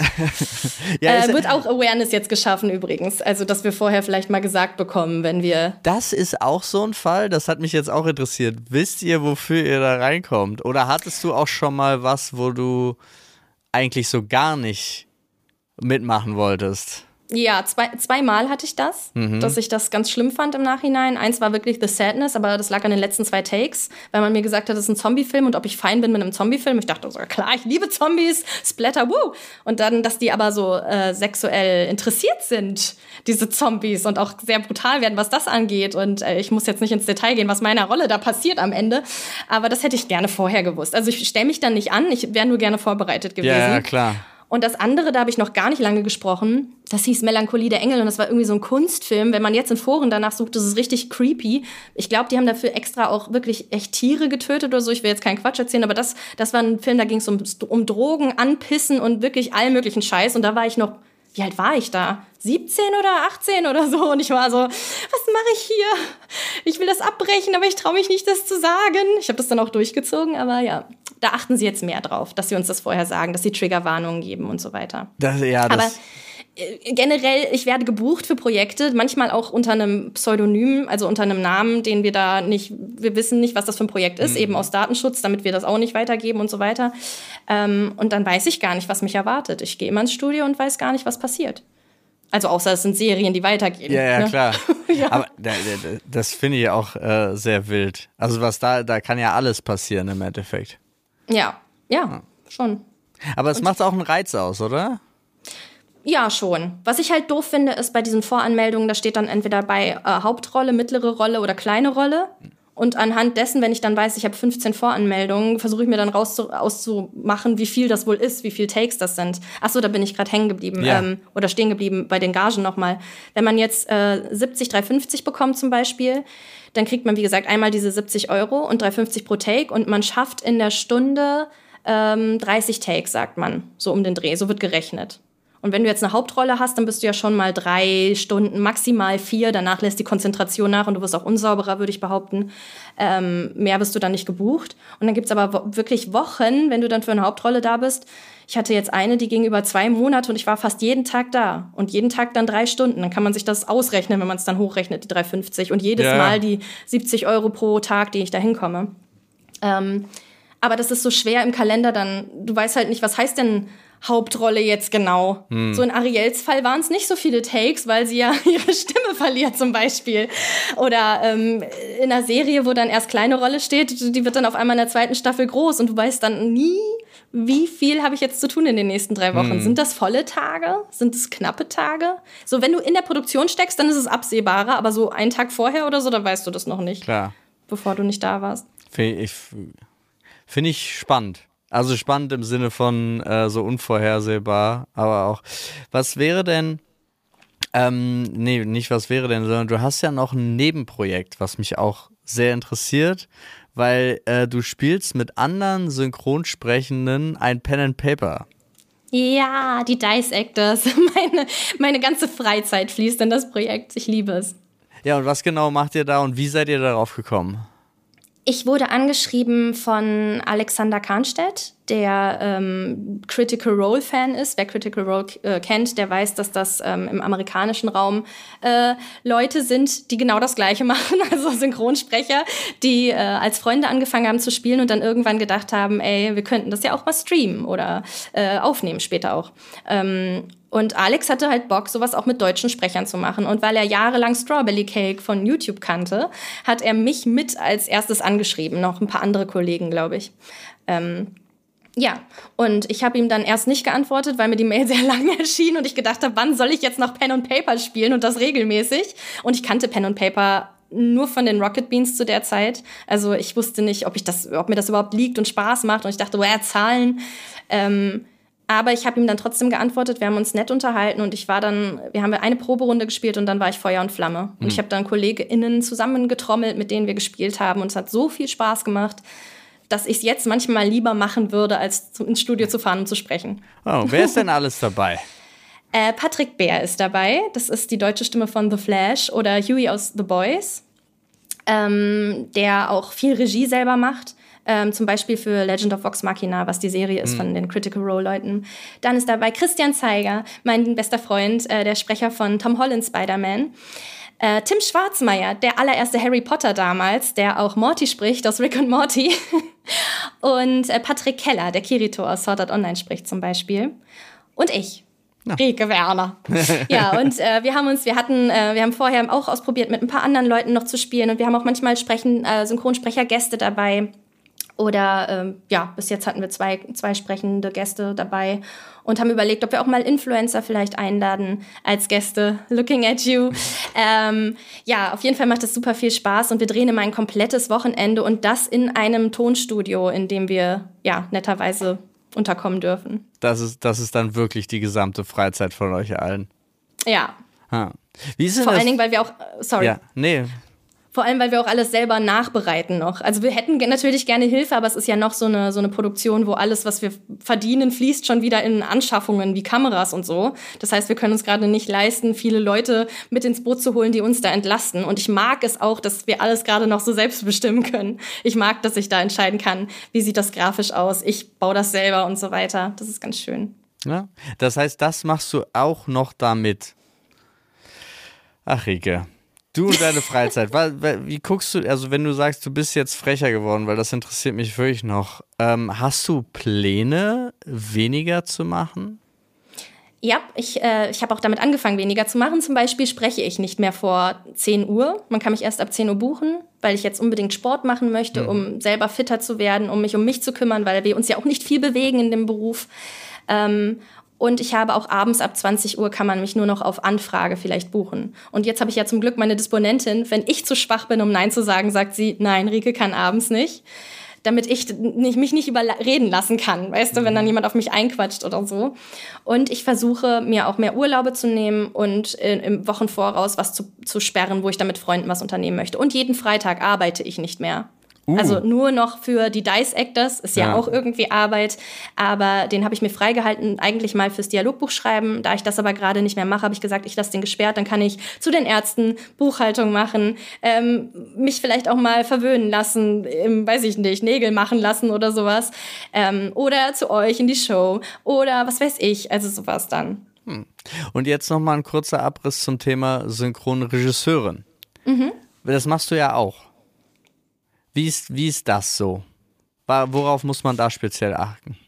Wird auch Awareness jetzt geschaffen übrigens. Also, dass wir vorher vielleicht mal gesagt bekommen, wenn wir... Das ist auch so ein Fall, das hat mich jetzt auch interessiert. Wisst ihr, wofür ihr da reinkommt? Oder hattest du auch schon mal was, wo du eigentlich so gar nicht mitmachen wolltest? Ja, zweimal hatte ich das, dass ich das ganz schlimm fand im Nachhinein. Eins war wirklich The Sadness, aber das lag an den letzten 2 Takes, weil man mir gesagt hat, das ist ein Zombie-Film und ob ich fein bin mit einem Zombie-Film. Ich dachte so, klar, ich liebe Zombies, Splatter, woo! Und dann, dass die aber so sexuell interessiert sind, diese Zombies, und auch sehr brutal werden, was das angeht. Und ich muss jetzt nicht ins Detail gehen, was meiner Rolle da passiert am Ende, aber das hätte ich gerne vorher gewusst. Also ich stelle mich dann nicht an, ich wäre nur gerne vorbereitet gewesen. Ja, klar. Und das andere, da habe ich noch gar nicht lange gesprochen, das hieß Melancholie der Engel und das war irgendwie so ein Kunstfilm. Wenn man jetzt in Foren danach sucht, das ist richtig creepy. Ich glaube, die haben dafür extra auch wirklich echt Tiere getötet oder so. Ich will jetzt keinen Quatsch erzählen, aber das war ein Film, da ging es um Drogen, Anpissen und wirklich allen möglichen Scheiß. Und da war ich noch, wie alt war ich da? 17 oder 18 oder so. Und ich war so, was mache ich hier? Ich will das abbrechen, aber ich traue mich nicht, das zu sagen. Ich habe das dann auch durchgezogen, aber ja, da achten sie jetzt mehr drauf, dass sie uns das vorher sagen, dass sie Triggerwarnungen geben und so weiter. Aber generell, ich werde gebucht für Projekte, manchmal auch unter einem Pseudonym, also unter einem Namen, den wir wissen nicht, was das für ein Projekt ist, eben aus Datenschutz, damit wir das auch nicht weitergeben und so weiter. Und dann weiß ich gar nicht, was mich erwartet. Ich gehe immer ins Studio und weiß gar nicht, was passiert. Also außer es sind Serien, die weitergehen. Ja, ne? Klar. Ja. Aber das finde ich auch sehr wild. Also was da kann ja alles passieren im Endeffekt. Ja, schon. Aber es macht auch einen Reiz aus, oder? Ja, schon. Was ich halt doof finde, ist bei diesen Voranmeldungen, da steht dann entweder bei Hauptrolle, mittlere Rolle oder kleine Rolle. Und anhand dessen, wenn ich dann weiß, ich habe 15 Voranmeldungen, versuche ich mir dann auszumachen, wie viel das wohl ist, wie viel Takes das sind. Achso, da bin ich gerade hängen geblieben oder stehen geblieben bei den Gagen nochmal. Wenn man jetzt 70,350 bekommt zum Beispiel, dann kriegt man, wie gesagt, einmal diese 70 Euro und 3,50 pro Take und man schafft in der Stunde 30 Takes, sagt man, so um den Dreh, so wird gerechnet. Und wenn du jetzt eine Hauptrolle hast, dann bist du ja schon mal 3 Stunden, maximal 4. Danach lässt die Konzentration nach und du wirst auch unsauberer, würde ich behaupten. Mehr bist du dann nicht gebucht. Und dann gibt's aber wirklich Wochen, wenn du dann für eine Hauptrolle da bist. Ich hatte jetzt eine, die ging über 2 Monate und ich war fast jeden Tag da. Und jeden Tag dann 3 Stunden. Dann kann man sich das ausrechnen, wenn man es dann hochrechnet, die 3,50. Und jedes Mal die 70 Euro pro Tag, die ich da hinkomme. Aber das ist so schwer im Kalender dann. Du weißt halt nicht, was heißt denn Hauptrolle jetzt genau. So in Ariels Fall waren es nicht so viele Takes, weil sie ja ihre Stimme verliert zum Beispiel. Oder in einer Serie, wo dann erst kleine Rolle steht, die wird dann auf einmal in der 2. Staffel groß und du weißt dann nie, wie viel habe ich jetzt zu tun in den nächsten 3 Wochen? Sind das volle Tage? Sind es knappe Tage? So, wenn du in der Produktion steckst, dann ist es absehbarer, aber so einen Tag vorher oder so, dann weißt du das noch nicht. Klar. Bevor du nicht da warst. Finde ich spannend. Also spannend im Sinne von so unvorhersehbar, aber auch, was wäre denn, nicht was wäre denn, sondern du hast ja noch ein Nebenprojekt, was mich auch sehr interessiert, weil du spielst mit anderen Synchronsprechenden ein Pen and Paper. Ja, die Dice Actors. Meine ganze Freizeit fließt in das Projekt. Ich liebe es. Ja, und was genau macht ihr da und wie seid ihr darauf gekommen? Ich wurde angeschrieben von Alexander Kahnstedt, der Critical Role Fan ist. Wer Critical Role kennt, der weiß, dass das im amerikanischen Raum Leute sind, die genau das Gleiche machen. Also Synchronsprecher, die als Freunde angefangen haben zu spielen und dann irgendwann gedacht haben, ey, wir könnten das ja auch mal streamen oder aufnehmen später auch. Und Alex hatte halt Bock, sowas auch mit deutschen Sprechern zu machen. Und weil er jahrelang Strawberry Cake von YouTube kannte, hat er mich mit als erstes angeschrieben. Noch ein paar andere Kollegen, glaube ich. Ja, und ich habe ihm dann erst nicht geantwortet, weil mir die Mail sehr lang erschien und ich gedacht habe, wann soll ich jetzt noch Pen and Paper spielen und das regelmäßig? Und ich kannte Pen and Paper nur von den Rocket Beans zu der Zeit. Also ich wusste nicht, ob mir das überhaupt liegt und Spaß macht. Und ich dachte, Zahlen. Aber ich habe ihm dann trotzdem geantwortet, wir haben uns nett unterhalten und wir haben eine Proberunde gespielt und dann war ich Feuer und Flamme. Und ich habe dann KollegInnen zusammengetrommelt, mit denen wir gespielt haben und es hat so viel Spaß gemacht, dass ich es jetzt manchmal lieber machen würde, als ins Studio zu fahren und zu sprechen. Oh, wer ist denn alles dabei? Patrick Bär ist dabei, das ist die deutsche Stimme von The Flash oder Huey aus The Boys, der auch viel Regie selber macht. Zum Beispiel für Legend of Vox Machina, was die Serie ist von den Critical Role-Leuten. Dann ist dabei Christian Zeiger, mein bester Freund, der Sprecher von Tom Holland Spider-Man. Tim Schwarzmeier, der allererste Harry Potter damals, der auch Morty spricht aus Rick und Morty. Und Patrick Keller, der Kirito aus Sword Art Online spricht zum Beispiel. Und ich. Ja. Rieke Werner. Ja, und wir haben vorher auch ausprobiert, mit ein paar anderen Leuten noch zu spielen. Und wir haben auch manchmal Synchronsprecher-Gäste dabei. Oder bis jetzt hatten wir zwei sprechende Gäste dabei und haben überlegt, ob wir auch mal Influencer vielleicht einladen als Gäste. Looking at you. Auf jeden Fall macht es super viel Spaß und wir drehen immer ein komplettes Wochenende und das in einem Tonstudio, in dem wir netterweise unterkommen dürfen. Das ist dann wirklich die gesamte Freizeit von euch allen. Ja. Wie ist denn Vor allen Dingen, weil wir auch, sorry. Ja, nee. Vor allem, weil wir auch alles selber nachbereiten noch. Also wir hätten natürlich gerne Hilfe, aber es ist ja noch so eine Produktion, wo alles, was wir verdienen, fließt schon wieder in Anschaffungen wie Kameras und so. Das heißt, wir können uns gerade nicht leisten, viele Leute mit ins Boot zu holen, die uns da entlasten. Und ich mag es auch, dass wir alles gerade noch so selbst bestimmen können. Ich mag, dass ich da entscheiden kann, wie sieht das grafisch aus, ich baue das selber und so weiter. Das ist ganz schön. Ja, das heißt, das machst du auch noch damit. Ach, Rieke. Du und deine Freizeit, wie guckst du, also wenn du sagst, du bist jetzt frecher geworden, weil das interessiert mich wirklich noch, hast du Pläne, weniger zu machen? Ja, ich habe auch damit angefangen, weniger zu machen. Zum Beispiel spreche ich nicht mehr vor 10 Uhr. Man kann mich erst ab 10 Uhr buchen, weil ich jetzt unbedingt Sport machen möchte, um selber fitter zu werden, um mich zu kümmern, weil wir uns ja auch nicht viel bewegen in dem Beruf. Und ich habe auch abends ab 20 Uhr kann man mich nur noch auf Anfrage vielleicht buchen. Und jetzt habe ich ja zum Glück meine Disponentin. Wenn ich zu schwach bin, um Nein zu sagen, sagt sie, nein, Rieke kann abends nicht. Damit ich mich nicht überreden lassen kann, weißt du, wenn dann jemand auf mich einquatscht oder so. Und ich versuche, mir auch mehr Urlaube zu nehmen und im Wochenvoraus was zu sperren, wo ich dann mit Freunden was unternehmen möchte. Und jeden Freitag arbeite ich nicht mehr. Also nur noch für die Dice Actors, ist ja auch irgendwie Arbeit, aber den habe ich mir freigehalten, eigentlich mal fürs Dialogbuch schreiben. Da ich das aber gerade nicht mehr mache, habe ich gesagt, ich lasse den gesperrt, dann kann ich zu den Ärzten Buchhaltung machen, mich vielleicht auch mal verwöhnen lassen, weiß ich nicht, Nägel machen lassen oder sowas. Oder zu euch in die Show oder was weiß ich, also sowas dann. Und jetzt nochmal ein kurzer Abriss zum Thema Synchronregisseurin. Das machst du ja auch. Wie ist das so? Worauf muss man da speziell achten?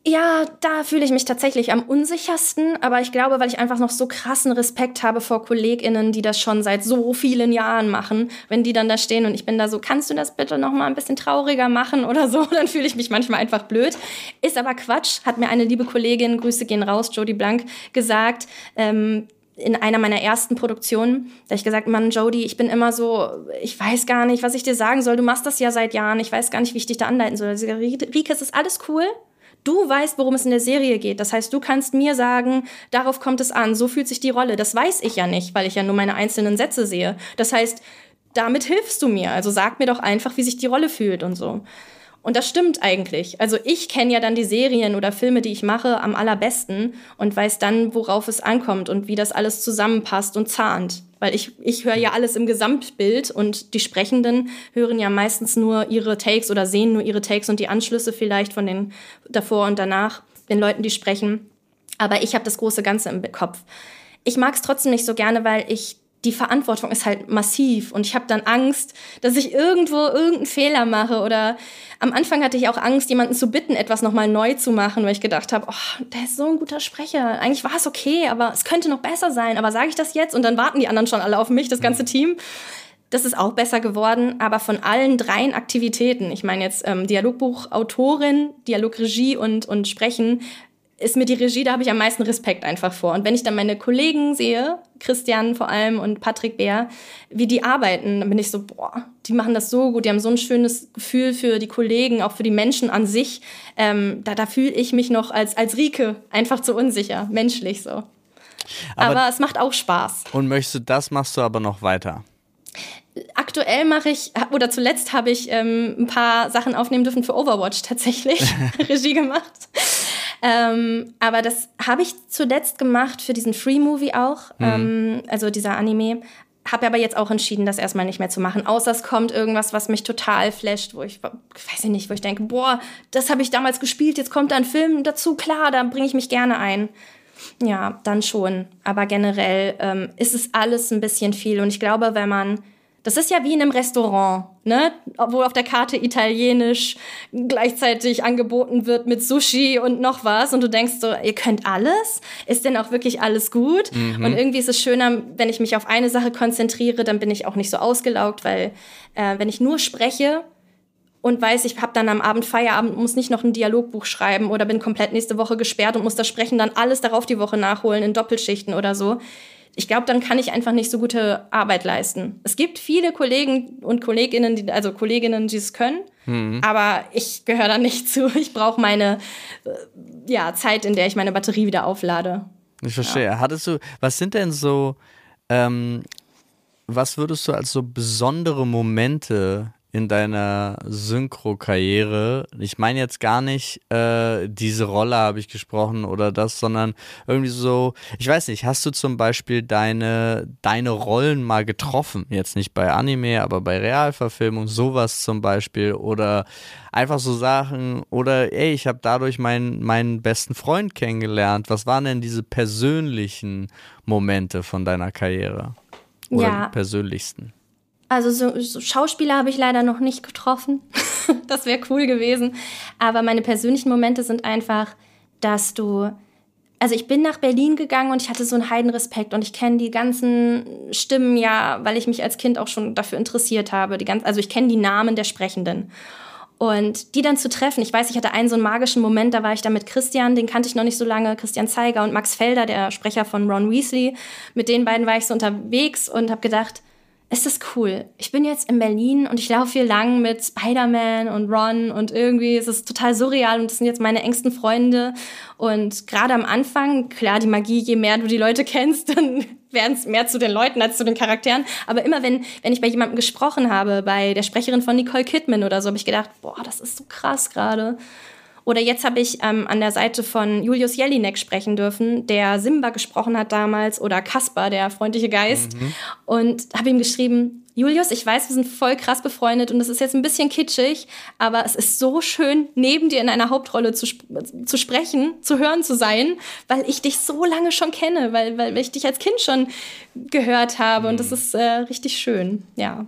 Ja, da fühle ich mich tatsächlich am unsichersten, aber ich glaube, weil ich einfach noch so krassen Respekt habe vor KollegInnen, die das schon seit so vielen Jahren machen, wenn die dann da stehen und ich bin da so, kannst du das bitte noch mal ein bisschen trauriger machen oder so, dann fühle ich mich manchmal einfach blöd. Ist aber Quatsch, hat mir eine liebe Kollegin, Grüße gehen raus, Jodie Blank, gesagt, in einer meiner ersten Produktionen, da habe ich gesagt, Mann, Jodie, ich bin immer so, ich weiß gar nicht, was ich dir sagen soll, du machst das ja seit Jahren, ich weiß gar nicht, wie ich dich da anleiten soll. Also, Rike, es ist alles cool. Du weißt, worum es in der Serie geht. Das heißt, du kannst mir sagen, darauf kommt es an, so fühlt sich die Rolle. Das weiß ich ja nicht, weil ich ja nur meine einzelnen Sätze sehe. Das heißt, damit hilfst du mir. Also sag mir doch einfach, wie sich die Rolle fühlt und so. Und das stimmt eigentlich. Also ich kenne ja dann die Serien oder Filme, die ich mache, am allerbesten und weiß dann, worauf es ankommt und wie das alles zusammenpasst und zahnt. Weil ich höre ja alles im Gesamtbild und die Sprechenden hören ja meistens nur ihre Takes oder sehen nur ihre Takes und die Anschlüsse vielleicht von den davor und danach, den Leuten, die sprechen. Aber ich habe das große Ganze im Kopf. Ich mag es trotzdem nicht so gerne, weil die Verantwortung ist halt massiv und ich habe dann Angst, dass ich irgendwo irgendeinen Fehler mache oder am Anfang hatte ich auch Angst, jemanden zu bitten, etwas nochmal neu zu machen, weil ich gedacht habe, oh, der ist so ein guter Sprecher. Eigentlich war es okay, aber es könnte noch besser sein. Aber sage ich das jetzt? Und dann warten die anderen schon alle auf mich, das ganze Team. Das ist auch besser geworden, aber von allen 3 Aktivitäten, ich meine jetzt Dialogbuchautorin, Dialogregie und Sprechen, ist mir die Regie, da habe ich am meisten Respekt einfach vor. Und wenn ich dann meine Kollegen sehe, Christian vor allem und Patrick Bär, wie die arbeiten, dann bin ich so, boah, die machen das so gut, die haben so ein schönes Gefühl für die Kollegen, auch für die Menschen an sich. Da fühle ich mich noch als Rike einfach zu unsicher, menschlich so. Aber es macht auch Spaß. Und das machst du aber noch weiter? Aktuell zuletzt habe ich ein paar Sachen aufnehmen dürfen für Overwatch tatsächlich, Regie gemacht. Aber das habe ich zuletzt gemacht für diesen Free-Movie auch, also dieser Anime. Habe aber jetzt auch entschieden, das erstmal nicht mehr zu machen, außer es kommt irgendwas, was mich total flasht, wo ich denke, boah, das habe ich damals gespielt, jetzt kommt da ein Film dazu, klar, da bringe ich mich gerne ein. Ja, dann schon. Aber generell ist es alles ein bisschen viel und ich glaube, das ist ja wie in einem Restaurant, ne? Wo auf der Karte Italienisch gleichzeitig angeboten wird mit Sushi und noch was. Und du denkst so, ihr könnt alles? Ist denn auch wirklich alles gut? Mhm. Und irgendwie ist es schöner, wenn ich mich auf eine Sache konzentriere, dann bin ich auch nicht so ausgelaugt, weil wenn ich nur spreche und weiß, ich habe dann am Abend Feierabend, muss nicht noch ein Dialogbuch schreiben oder bin komplett nächste Woche gesperrt und muss das Sprechen dann alles darauf die Woche nachholen in Doppelschichten oder so. Ich glaube, dann kann ich einfach nicht so gute Arbeit leisten. Es gibt viele Kollegen und Kolleginnen, die es können, aber ich gehöre da nicht zu. Ich brauche meine Zeit, in der ich meine Batterie wieder auflade. Ich verstehe. Ja. Was sind denn so, was würdest du als so besondere Momente in deiner Synchro-Karriere, ich meine jetzt gar nicht diese Rolle habe ich gesprochen oder das, sondern irgendwie so, ich weiß nicht, hast du zum Beispiel deine Rollen mal getroffen? Jetzt nicht bei Anime, aber bei Realverfilmung, sowas zum Beispiel oder einfach so Sachen oder ich habe dadurch meinen besten Freund kennengelernt. Was waren denn diese persönlichen Momente von deiner Karriere? Oder die persönlichsten? Also so Schauspieler habe ich leider noch nicht getroffen. Das wäre cool gewesen. Aber meine persönlichen Momente sind einfach, also ich bin nach Berlin gegangen und ich hatte so einen Heidenrespekt und ich kenne die ganzen Stimmen ja, weil ich mich als Kind auch schon dafür interessiert habe. Also ich kenne die Namen der Sprechenden. Und die dann zu treffen, ich weiß, ich hatte einen so einen magischen Moment, da war ich da mit Christian, den kannte ich noch nicht so lange, Christian Zeiger und Max Felder, der Sprecher von Ron Weasley. Mit den beiden war ich so unterwegs und habe gedacht, ist das cool. Ich bin jetzt in Berlin und ich laufe hier lang mit Spider-Man und Ron und irgendwie ist es total surreal und das sind jetzt meine engsten Freunde. Und gerade am Anfang, klar, die Magie, je mehr du die Leute kennst, dann werden es mehr zu den Leuten als zu den Charakteren. Aber immer wenn ich bei jemandem gesprochen habe, bei der Sprecherin von Nicole Kidman oder so, habe ich gedacht, boah, das ist so krass gerade. Oder jetzt habe ich an der Seite von Julius Jelinek sprechen dürfen, der Simba gesprochen hat damals, oder Kaspar, der freundliche Geist. Und habe ihm geschrieben, Julius, ich weiß, wir sind voll krass befreundet und es ist jetzt ein bisschen kitschig, aber es ist so schön, neben dir in einer Hauptrolle zu sprechen, zu hören zu sein, weil ich dich so lange schon kenne, weil ich dich als Kind schon gehört habe und das ist richtig schön, ja.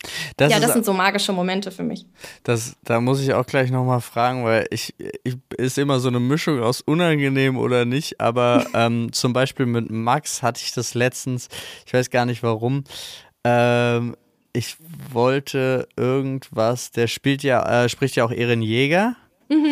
Das sind so magische Momente für mich. Da muss ich auch gleich nochmal fragen, weil ich ist immer so eine Mischung aus unangenehm oder nicht, aber zum Beispiel mit Max hatte ich das letztens, ich weiß gar nicht warum, ich wollte irgendwas, der spricht ja auch Eren Yeager. Mhm.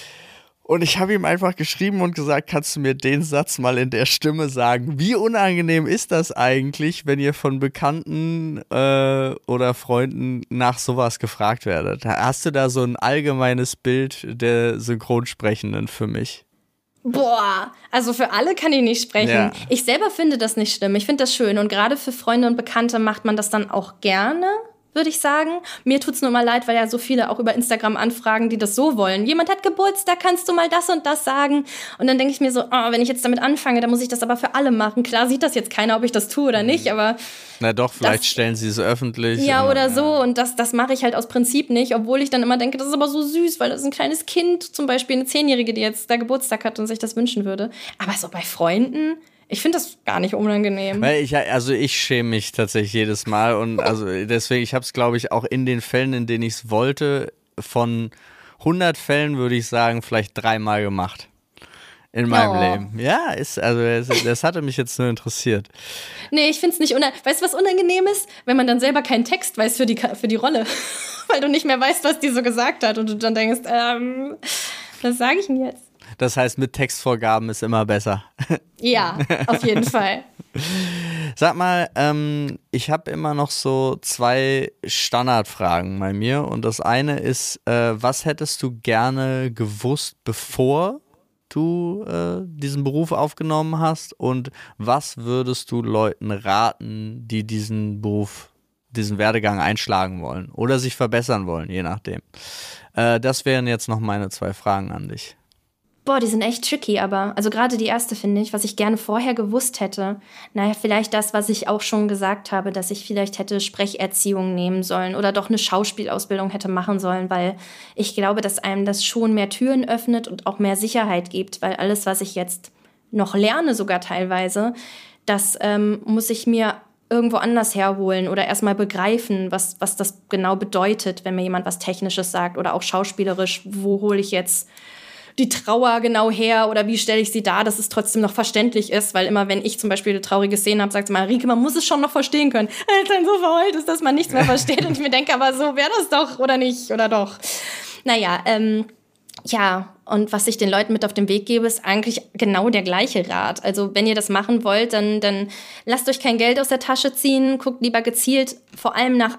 Und ich habe ihm einfach geschrieben und gesagt, kannst du mir den Satz mal in der Stimme sagen? Wie unangenehm ist das eigentlich, wenn ihr von Bekannten oder Freunden nach sowas gefragt werdet? Hast du da so ein allgemeines Bild der Synchronsprechenden für mich? Boah, also für alle kann ich nicht sprechen. Ja. Ich selber finde das nicht schlimm. Ich finde das schön. Und gerade für Freunde und Bekannte macht man das dann auch gerne, würde ich sagen. Mir tut's nur mal leid, weil ja so viele auch über Instagram anfragen, die das so wollen. Jemand hat Geburtstag, kannst du mal das und das sagen? Und dann denke ich mir so, wenn ich jetzt damit anfange, dann muss ich das aber für alle machen. Klar sieht das jetzt keiner, ob ich das tue oder nicht, aber... Na doch, vielleicht stellen sie es öffentlich. Ja, oder so. Und das mache ich halt aus Prinzip nicht, obwohl ich dann immer denke, das ist aber so süß, weil das ist ein kleines Kind, zum Beispiel eine 10-Jährige, die jetzt da Geburtstag hat und sich das wünschen würde. Aber so bei Freunden... Ich finde das gar nicht unangenehm. Weil ich schäme mich tatsächlich jedes Mal und also deswegen, ich habe es, glaube ich, auch in den Fällen, in denen ich es wollte, von 100 Fällen würde ich sagen, vielleicht 3-mal gemacht in meinem Leben. Ja, das hatte mich jetzt nur interessiert. Nee, ich finde es nicht unangenehm. Weißt du, was unangenehm ist? Wenn man dann selber keinen Text weiß für die Rolle. Weil du nicht mehr weißt, was die so gesagt hat und du dann denkst, was sage ich denn jetzt? Das heißt, mit Textvorgaben ist immer besser. Ja, auf jeden Fall. Sag mal, ich habe immer noch so 2 Standardfragen bei mir. Und das eine ist, was hättest du gerne gewusst, bevor du diesen Beruf aufgenommen hast? Und was würdest du Leuten raten, die diesen Beruf, diesen Werdegang einschlagen wollen oder sich verbessern wollen, je nachdem? Das wären jetzt noch meine 2 Fragen an dich. Boah, die sind echt tricky, aber, also gerade die erste finde ich, was ich gerne vorher gewusst hätte, naja, vielleicht das, was ich auch schon gesagt habe, dass ich vielleicht hätte Sprecherziehung nehmen sollen oder doch eine Schauspielausbildung hätte machen sollen, weil ich glaube, dass einem das schon mehr Türen öffnet und auch mehr Sicherheit gibt, weil alles, was ich jetzt noch lerne, sogar teilweise, das muss ich mir irgendwo anders herholen oder erstmal begreifen, was das genau bedeutet, wenn mir jemand was Technisches sagt oder auch schauspielerisch, wo hole ich jetzt die Trauer genau her oder wie stelle ich sie dar, dass es trotzdem noch verständlich ist, weil immer, wenn ich zum Beispiel eine traurige Szene habe, sagt sie mal, Rieke, man muss es schon noch verstehen können. Als dann so verheult ist, dass man nichts mehr versteht und ich mir denke, aber so wäre das doch oder nicht oder doch. Naja, ja, und was ich den Leuten mit auf den Weg gebe, ist eigentlich genau der gleiche Rat. Also wenn ihr das machen wollt, dann lasst euch kein Geld aus der Tasche ziehen, guckt lieber gezielt vor allem nach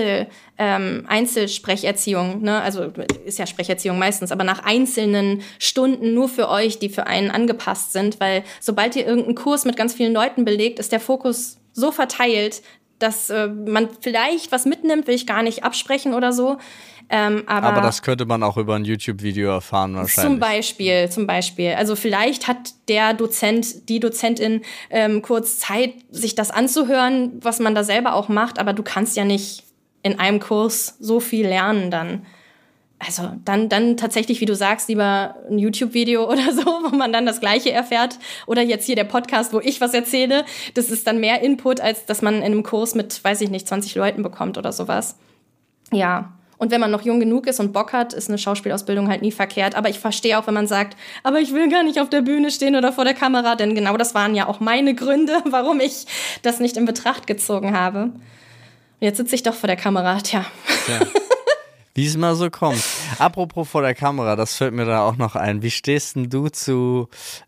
Einzelsprecherziehung, ne? Also ist ja Sprecherziehung meistens, aber nach einzelnen Stunden nur für euch, die für einen angepasst sind, weil sobald ihr irgendeinen Kurs mit ganz vielen Leuten belegt, ist der Fokus so verteilt, dass man vielleicht was mitnimmt, will ich gar nicht absprechen oder so. Aber das könnte man auch über ein YouTube-Video erfahren wahrscheinlich. Zum Beispiel. Also vielleicht hat der Dozent, die Dozentin kurz Zeit, sich das anzuhören, was man da selber auch macht. Aber du kannst ja nicht in einem Kurs so viel lernen dann. Also dann tatsächlich, wie du sagst, lieber ein YouTube-Video oder so, wo man dann das Gleiche erfährt. Oder jetzt hier der Podcast, wo ich was erzähle. Das ist dann mehr Input, als dass man in einem Kurs mit, weiß ich nicht, 20 Leuten bekommt oder sowas. Ja. Und wenn man noch jung genug ist und Bock hat, ist eine Schauspielausbildung halt nie verkehrt. Aber ich verstehe auch, wenn man sagt, aber ich will gar nicht auf der Bühne stehen oder vor der Kamera. Denn genau das waren ja auch meine Gründe, warum ich das nicht in Betracht gezogen habe. Und jetzt sitze ich doch vor der Kamera, tja. Wie es mal so kommt. Apropos vor der Kamera, das fällt mir da auch noch ein. Wie stehst denn du zu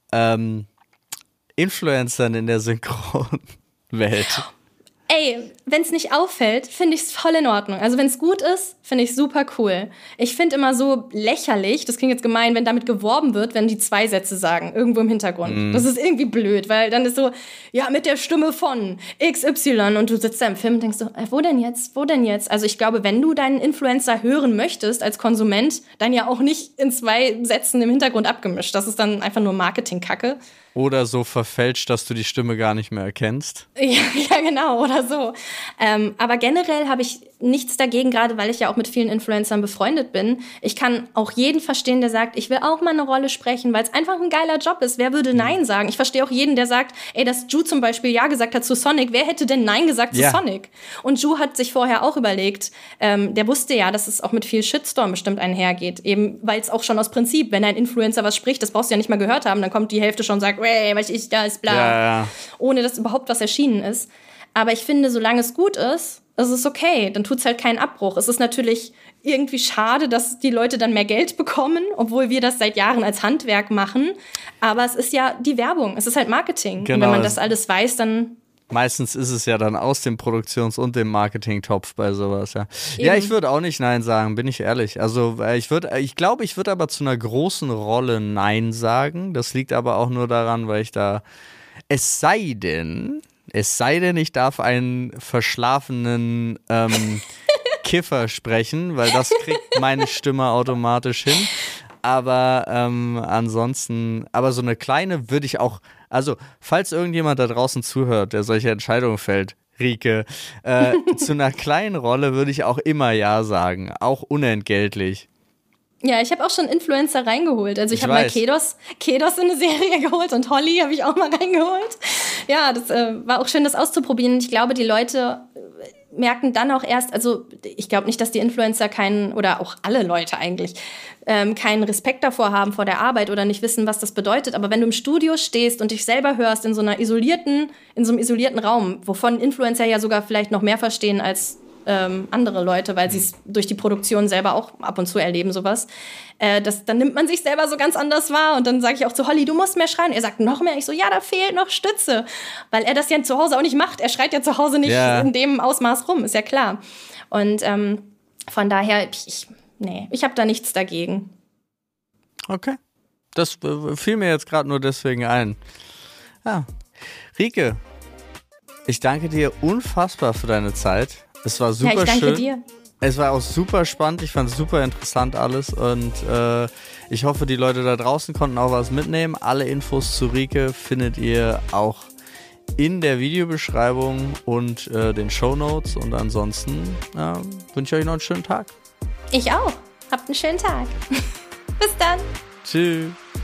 Influencern in der Synchronwelt? Ey, wenn es nicht auffällt, finde ich es voll in Ordnung. Also wenn es gut ist, finde ich super cool. Ich finde immer so lächerlich, das klingt jetzt gemein, wenn damit geworben wird, wenn die 2 Sätze sagen, irgendwo im Hintergrund. Das ist irgendwie blöd, weil dann ist so, ja, mit der Stimme von XY und du sitzt da im Film und denkst so, wo denn jetzt? Also ich glaube, wenn du deinen Influencer hören möchtest als Konsument, dann ja auch nicht in 2 Sätzen im Hintergrund abgemischt. Das ist dann einfach nur Marketing-Kacke. Oder so verfälscht, dass du die Stimme gar nicht mehr erkennst. Ja, genau. oder so. Aber generell habe ich nichts dagegen, gerade weil ich ja auch mit vielen Influencern befreundet bin. Ich kann auch jeden verstehen, der sagt, ich will auch mal eine Rolle sprechen, weil es einfach ein geiler Job ist. Wer würde Nein sagen? Ich verstehe auch jeden, der sagt, ey, dass Ju zum Beispiel Ja gesagt hat zu Sonic. Wer hätte denn Nein gesagt zu Sonic? Und Ju hat sich vorher auch überlegt, der wusste ja, dass es auch mit viel Shitstorm bestimmt einhergeht. Eben, weil es auch schon aus Prinzip, wenn ein Influencer was spricht, das brauchst du ja nicht mal gehört haben, dann kommt die Hälfte schon und sagt, was ist das, bla. Ja. Ohne dass überhaupt was erschienen ist. Aber ich finde, solange es gut ist, es ist okay, dann tut's halt keinen Abbruch. Es ist natürlich irgendwie schade, dass die Leute dann mehr Geld bekommen, obwohl wir das seit Jahren als Handwerk machen. Aber es ist ja die Werbung, es ist halt Marketing. Genau. Und wenn man das alles weiß, dann... Meistens ist es ja dann aus dem Produktions- und dem Marketing-Topf bei sowas, ja. Eben. Ja, ich würde auch nicht Nein sagen, bin ich ehrlich. Also ich glaube, ich würde aber zu einer großen Rolle Nein sagen. Das liegt aber auch nur daran, weil ich da... Es sei denn, ich darf einen verschlafenen Kiffer sprechen, weil das kriegt meine Stimme automatisch hin. Aber ansonsten, aber so eine kleine würde ich auch, also falls irgendjemand da draußen zuhört, der solche Entscheidungen fällt, Rike, zu einer kleinen Rolle würde ich auch immer Ja sagen, auch unentgeltlich. Ja, ich habe auch schon Influencer reingeholt. Also ich habe mal Kedos in eine Serie geholt und Holly habe ich auch mal reingeholt. Ja, das war auch schön, das auszuprobieren. Ich glaube, die Leute merken dann auch erst, also ich glaube nicht, dass die Influencer oder auch alle Leute eigentlich, keinen Respekt davor haben vor der Arbeit oder nicht wissen, was das bedeutet. Aber wenn du im Studio stehst und dich selber hörst in so einem isolierten Raum, wovon Influencer ja sogar vielleicht noch mehr verstehen als andere Leute, weil sie es durch die Produktion selber auch ab und zu erleben, sowas. Dann nimmt man sich selber so ganz anders wahr und dann sage ich auch zu Holly, du musst mehr schreien. Er sagt noch mehr. Ich so, ja, da fehlt noch Stütze. Weil er das ja zu Hause auch nicht macht. Er schreit ja zu Hause nicht in dem Ausmaß rum, ist ja klar. Und von daher, ich habe da nichts dagegen. Okay. Das fiel mir jetzt gerade nur deswegen ein. Ja. Rike, ich danke dir unfassbar für deine Zeit. Es war super schön. Ja, ich danke dir. Es war auch super spannend. Ich fand es super interessant alles. Und ich hoffe, die Leute da draußen konnten auch was mitnehmen. Alle Infos zu Rike findet ihr auch in der Videobeschreibung und den Shownotes. Und ansonsten wünsche ich euch noch einen schönen Tag. Ich auch. Habt einen schönen Tag. Bis dann. Tschüss.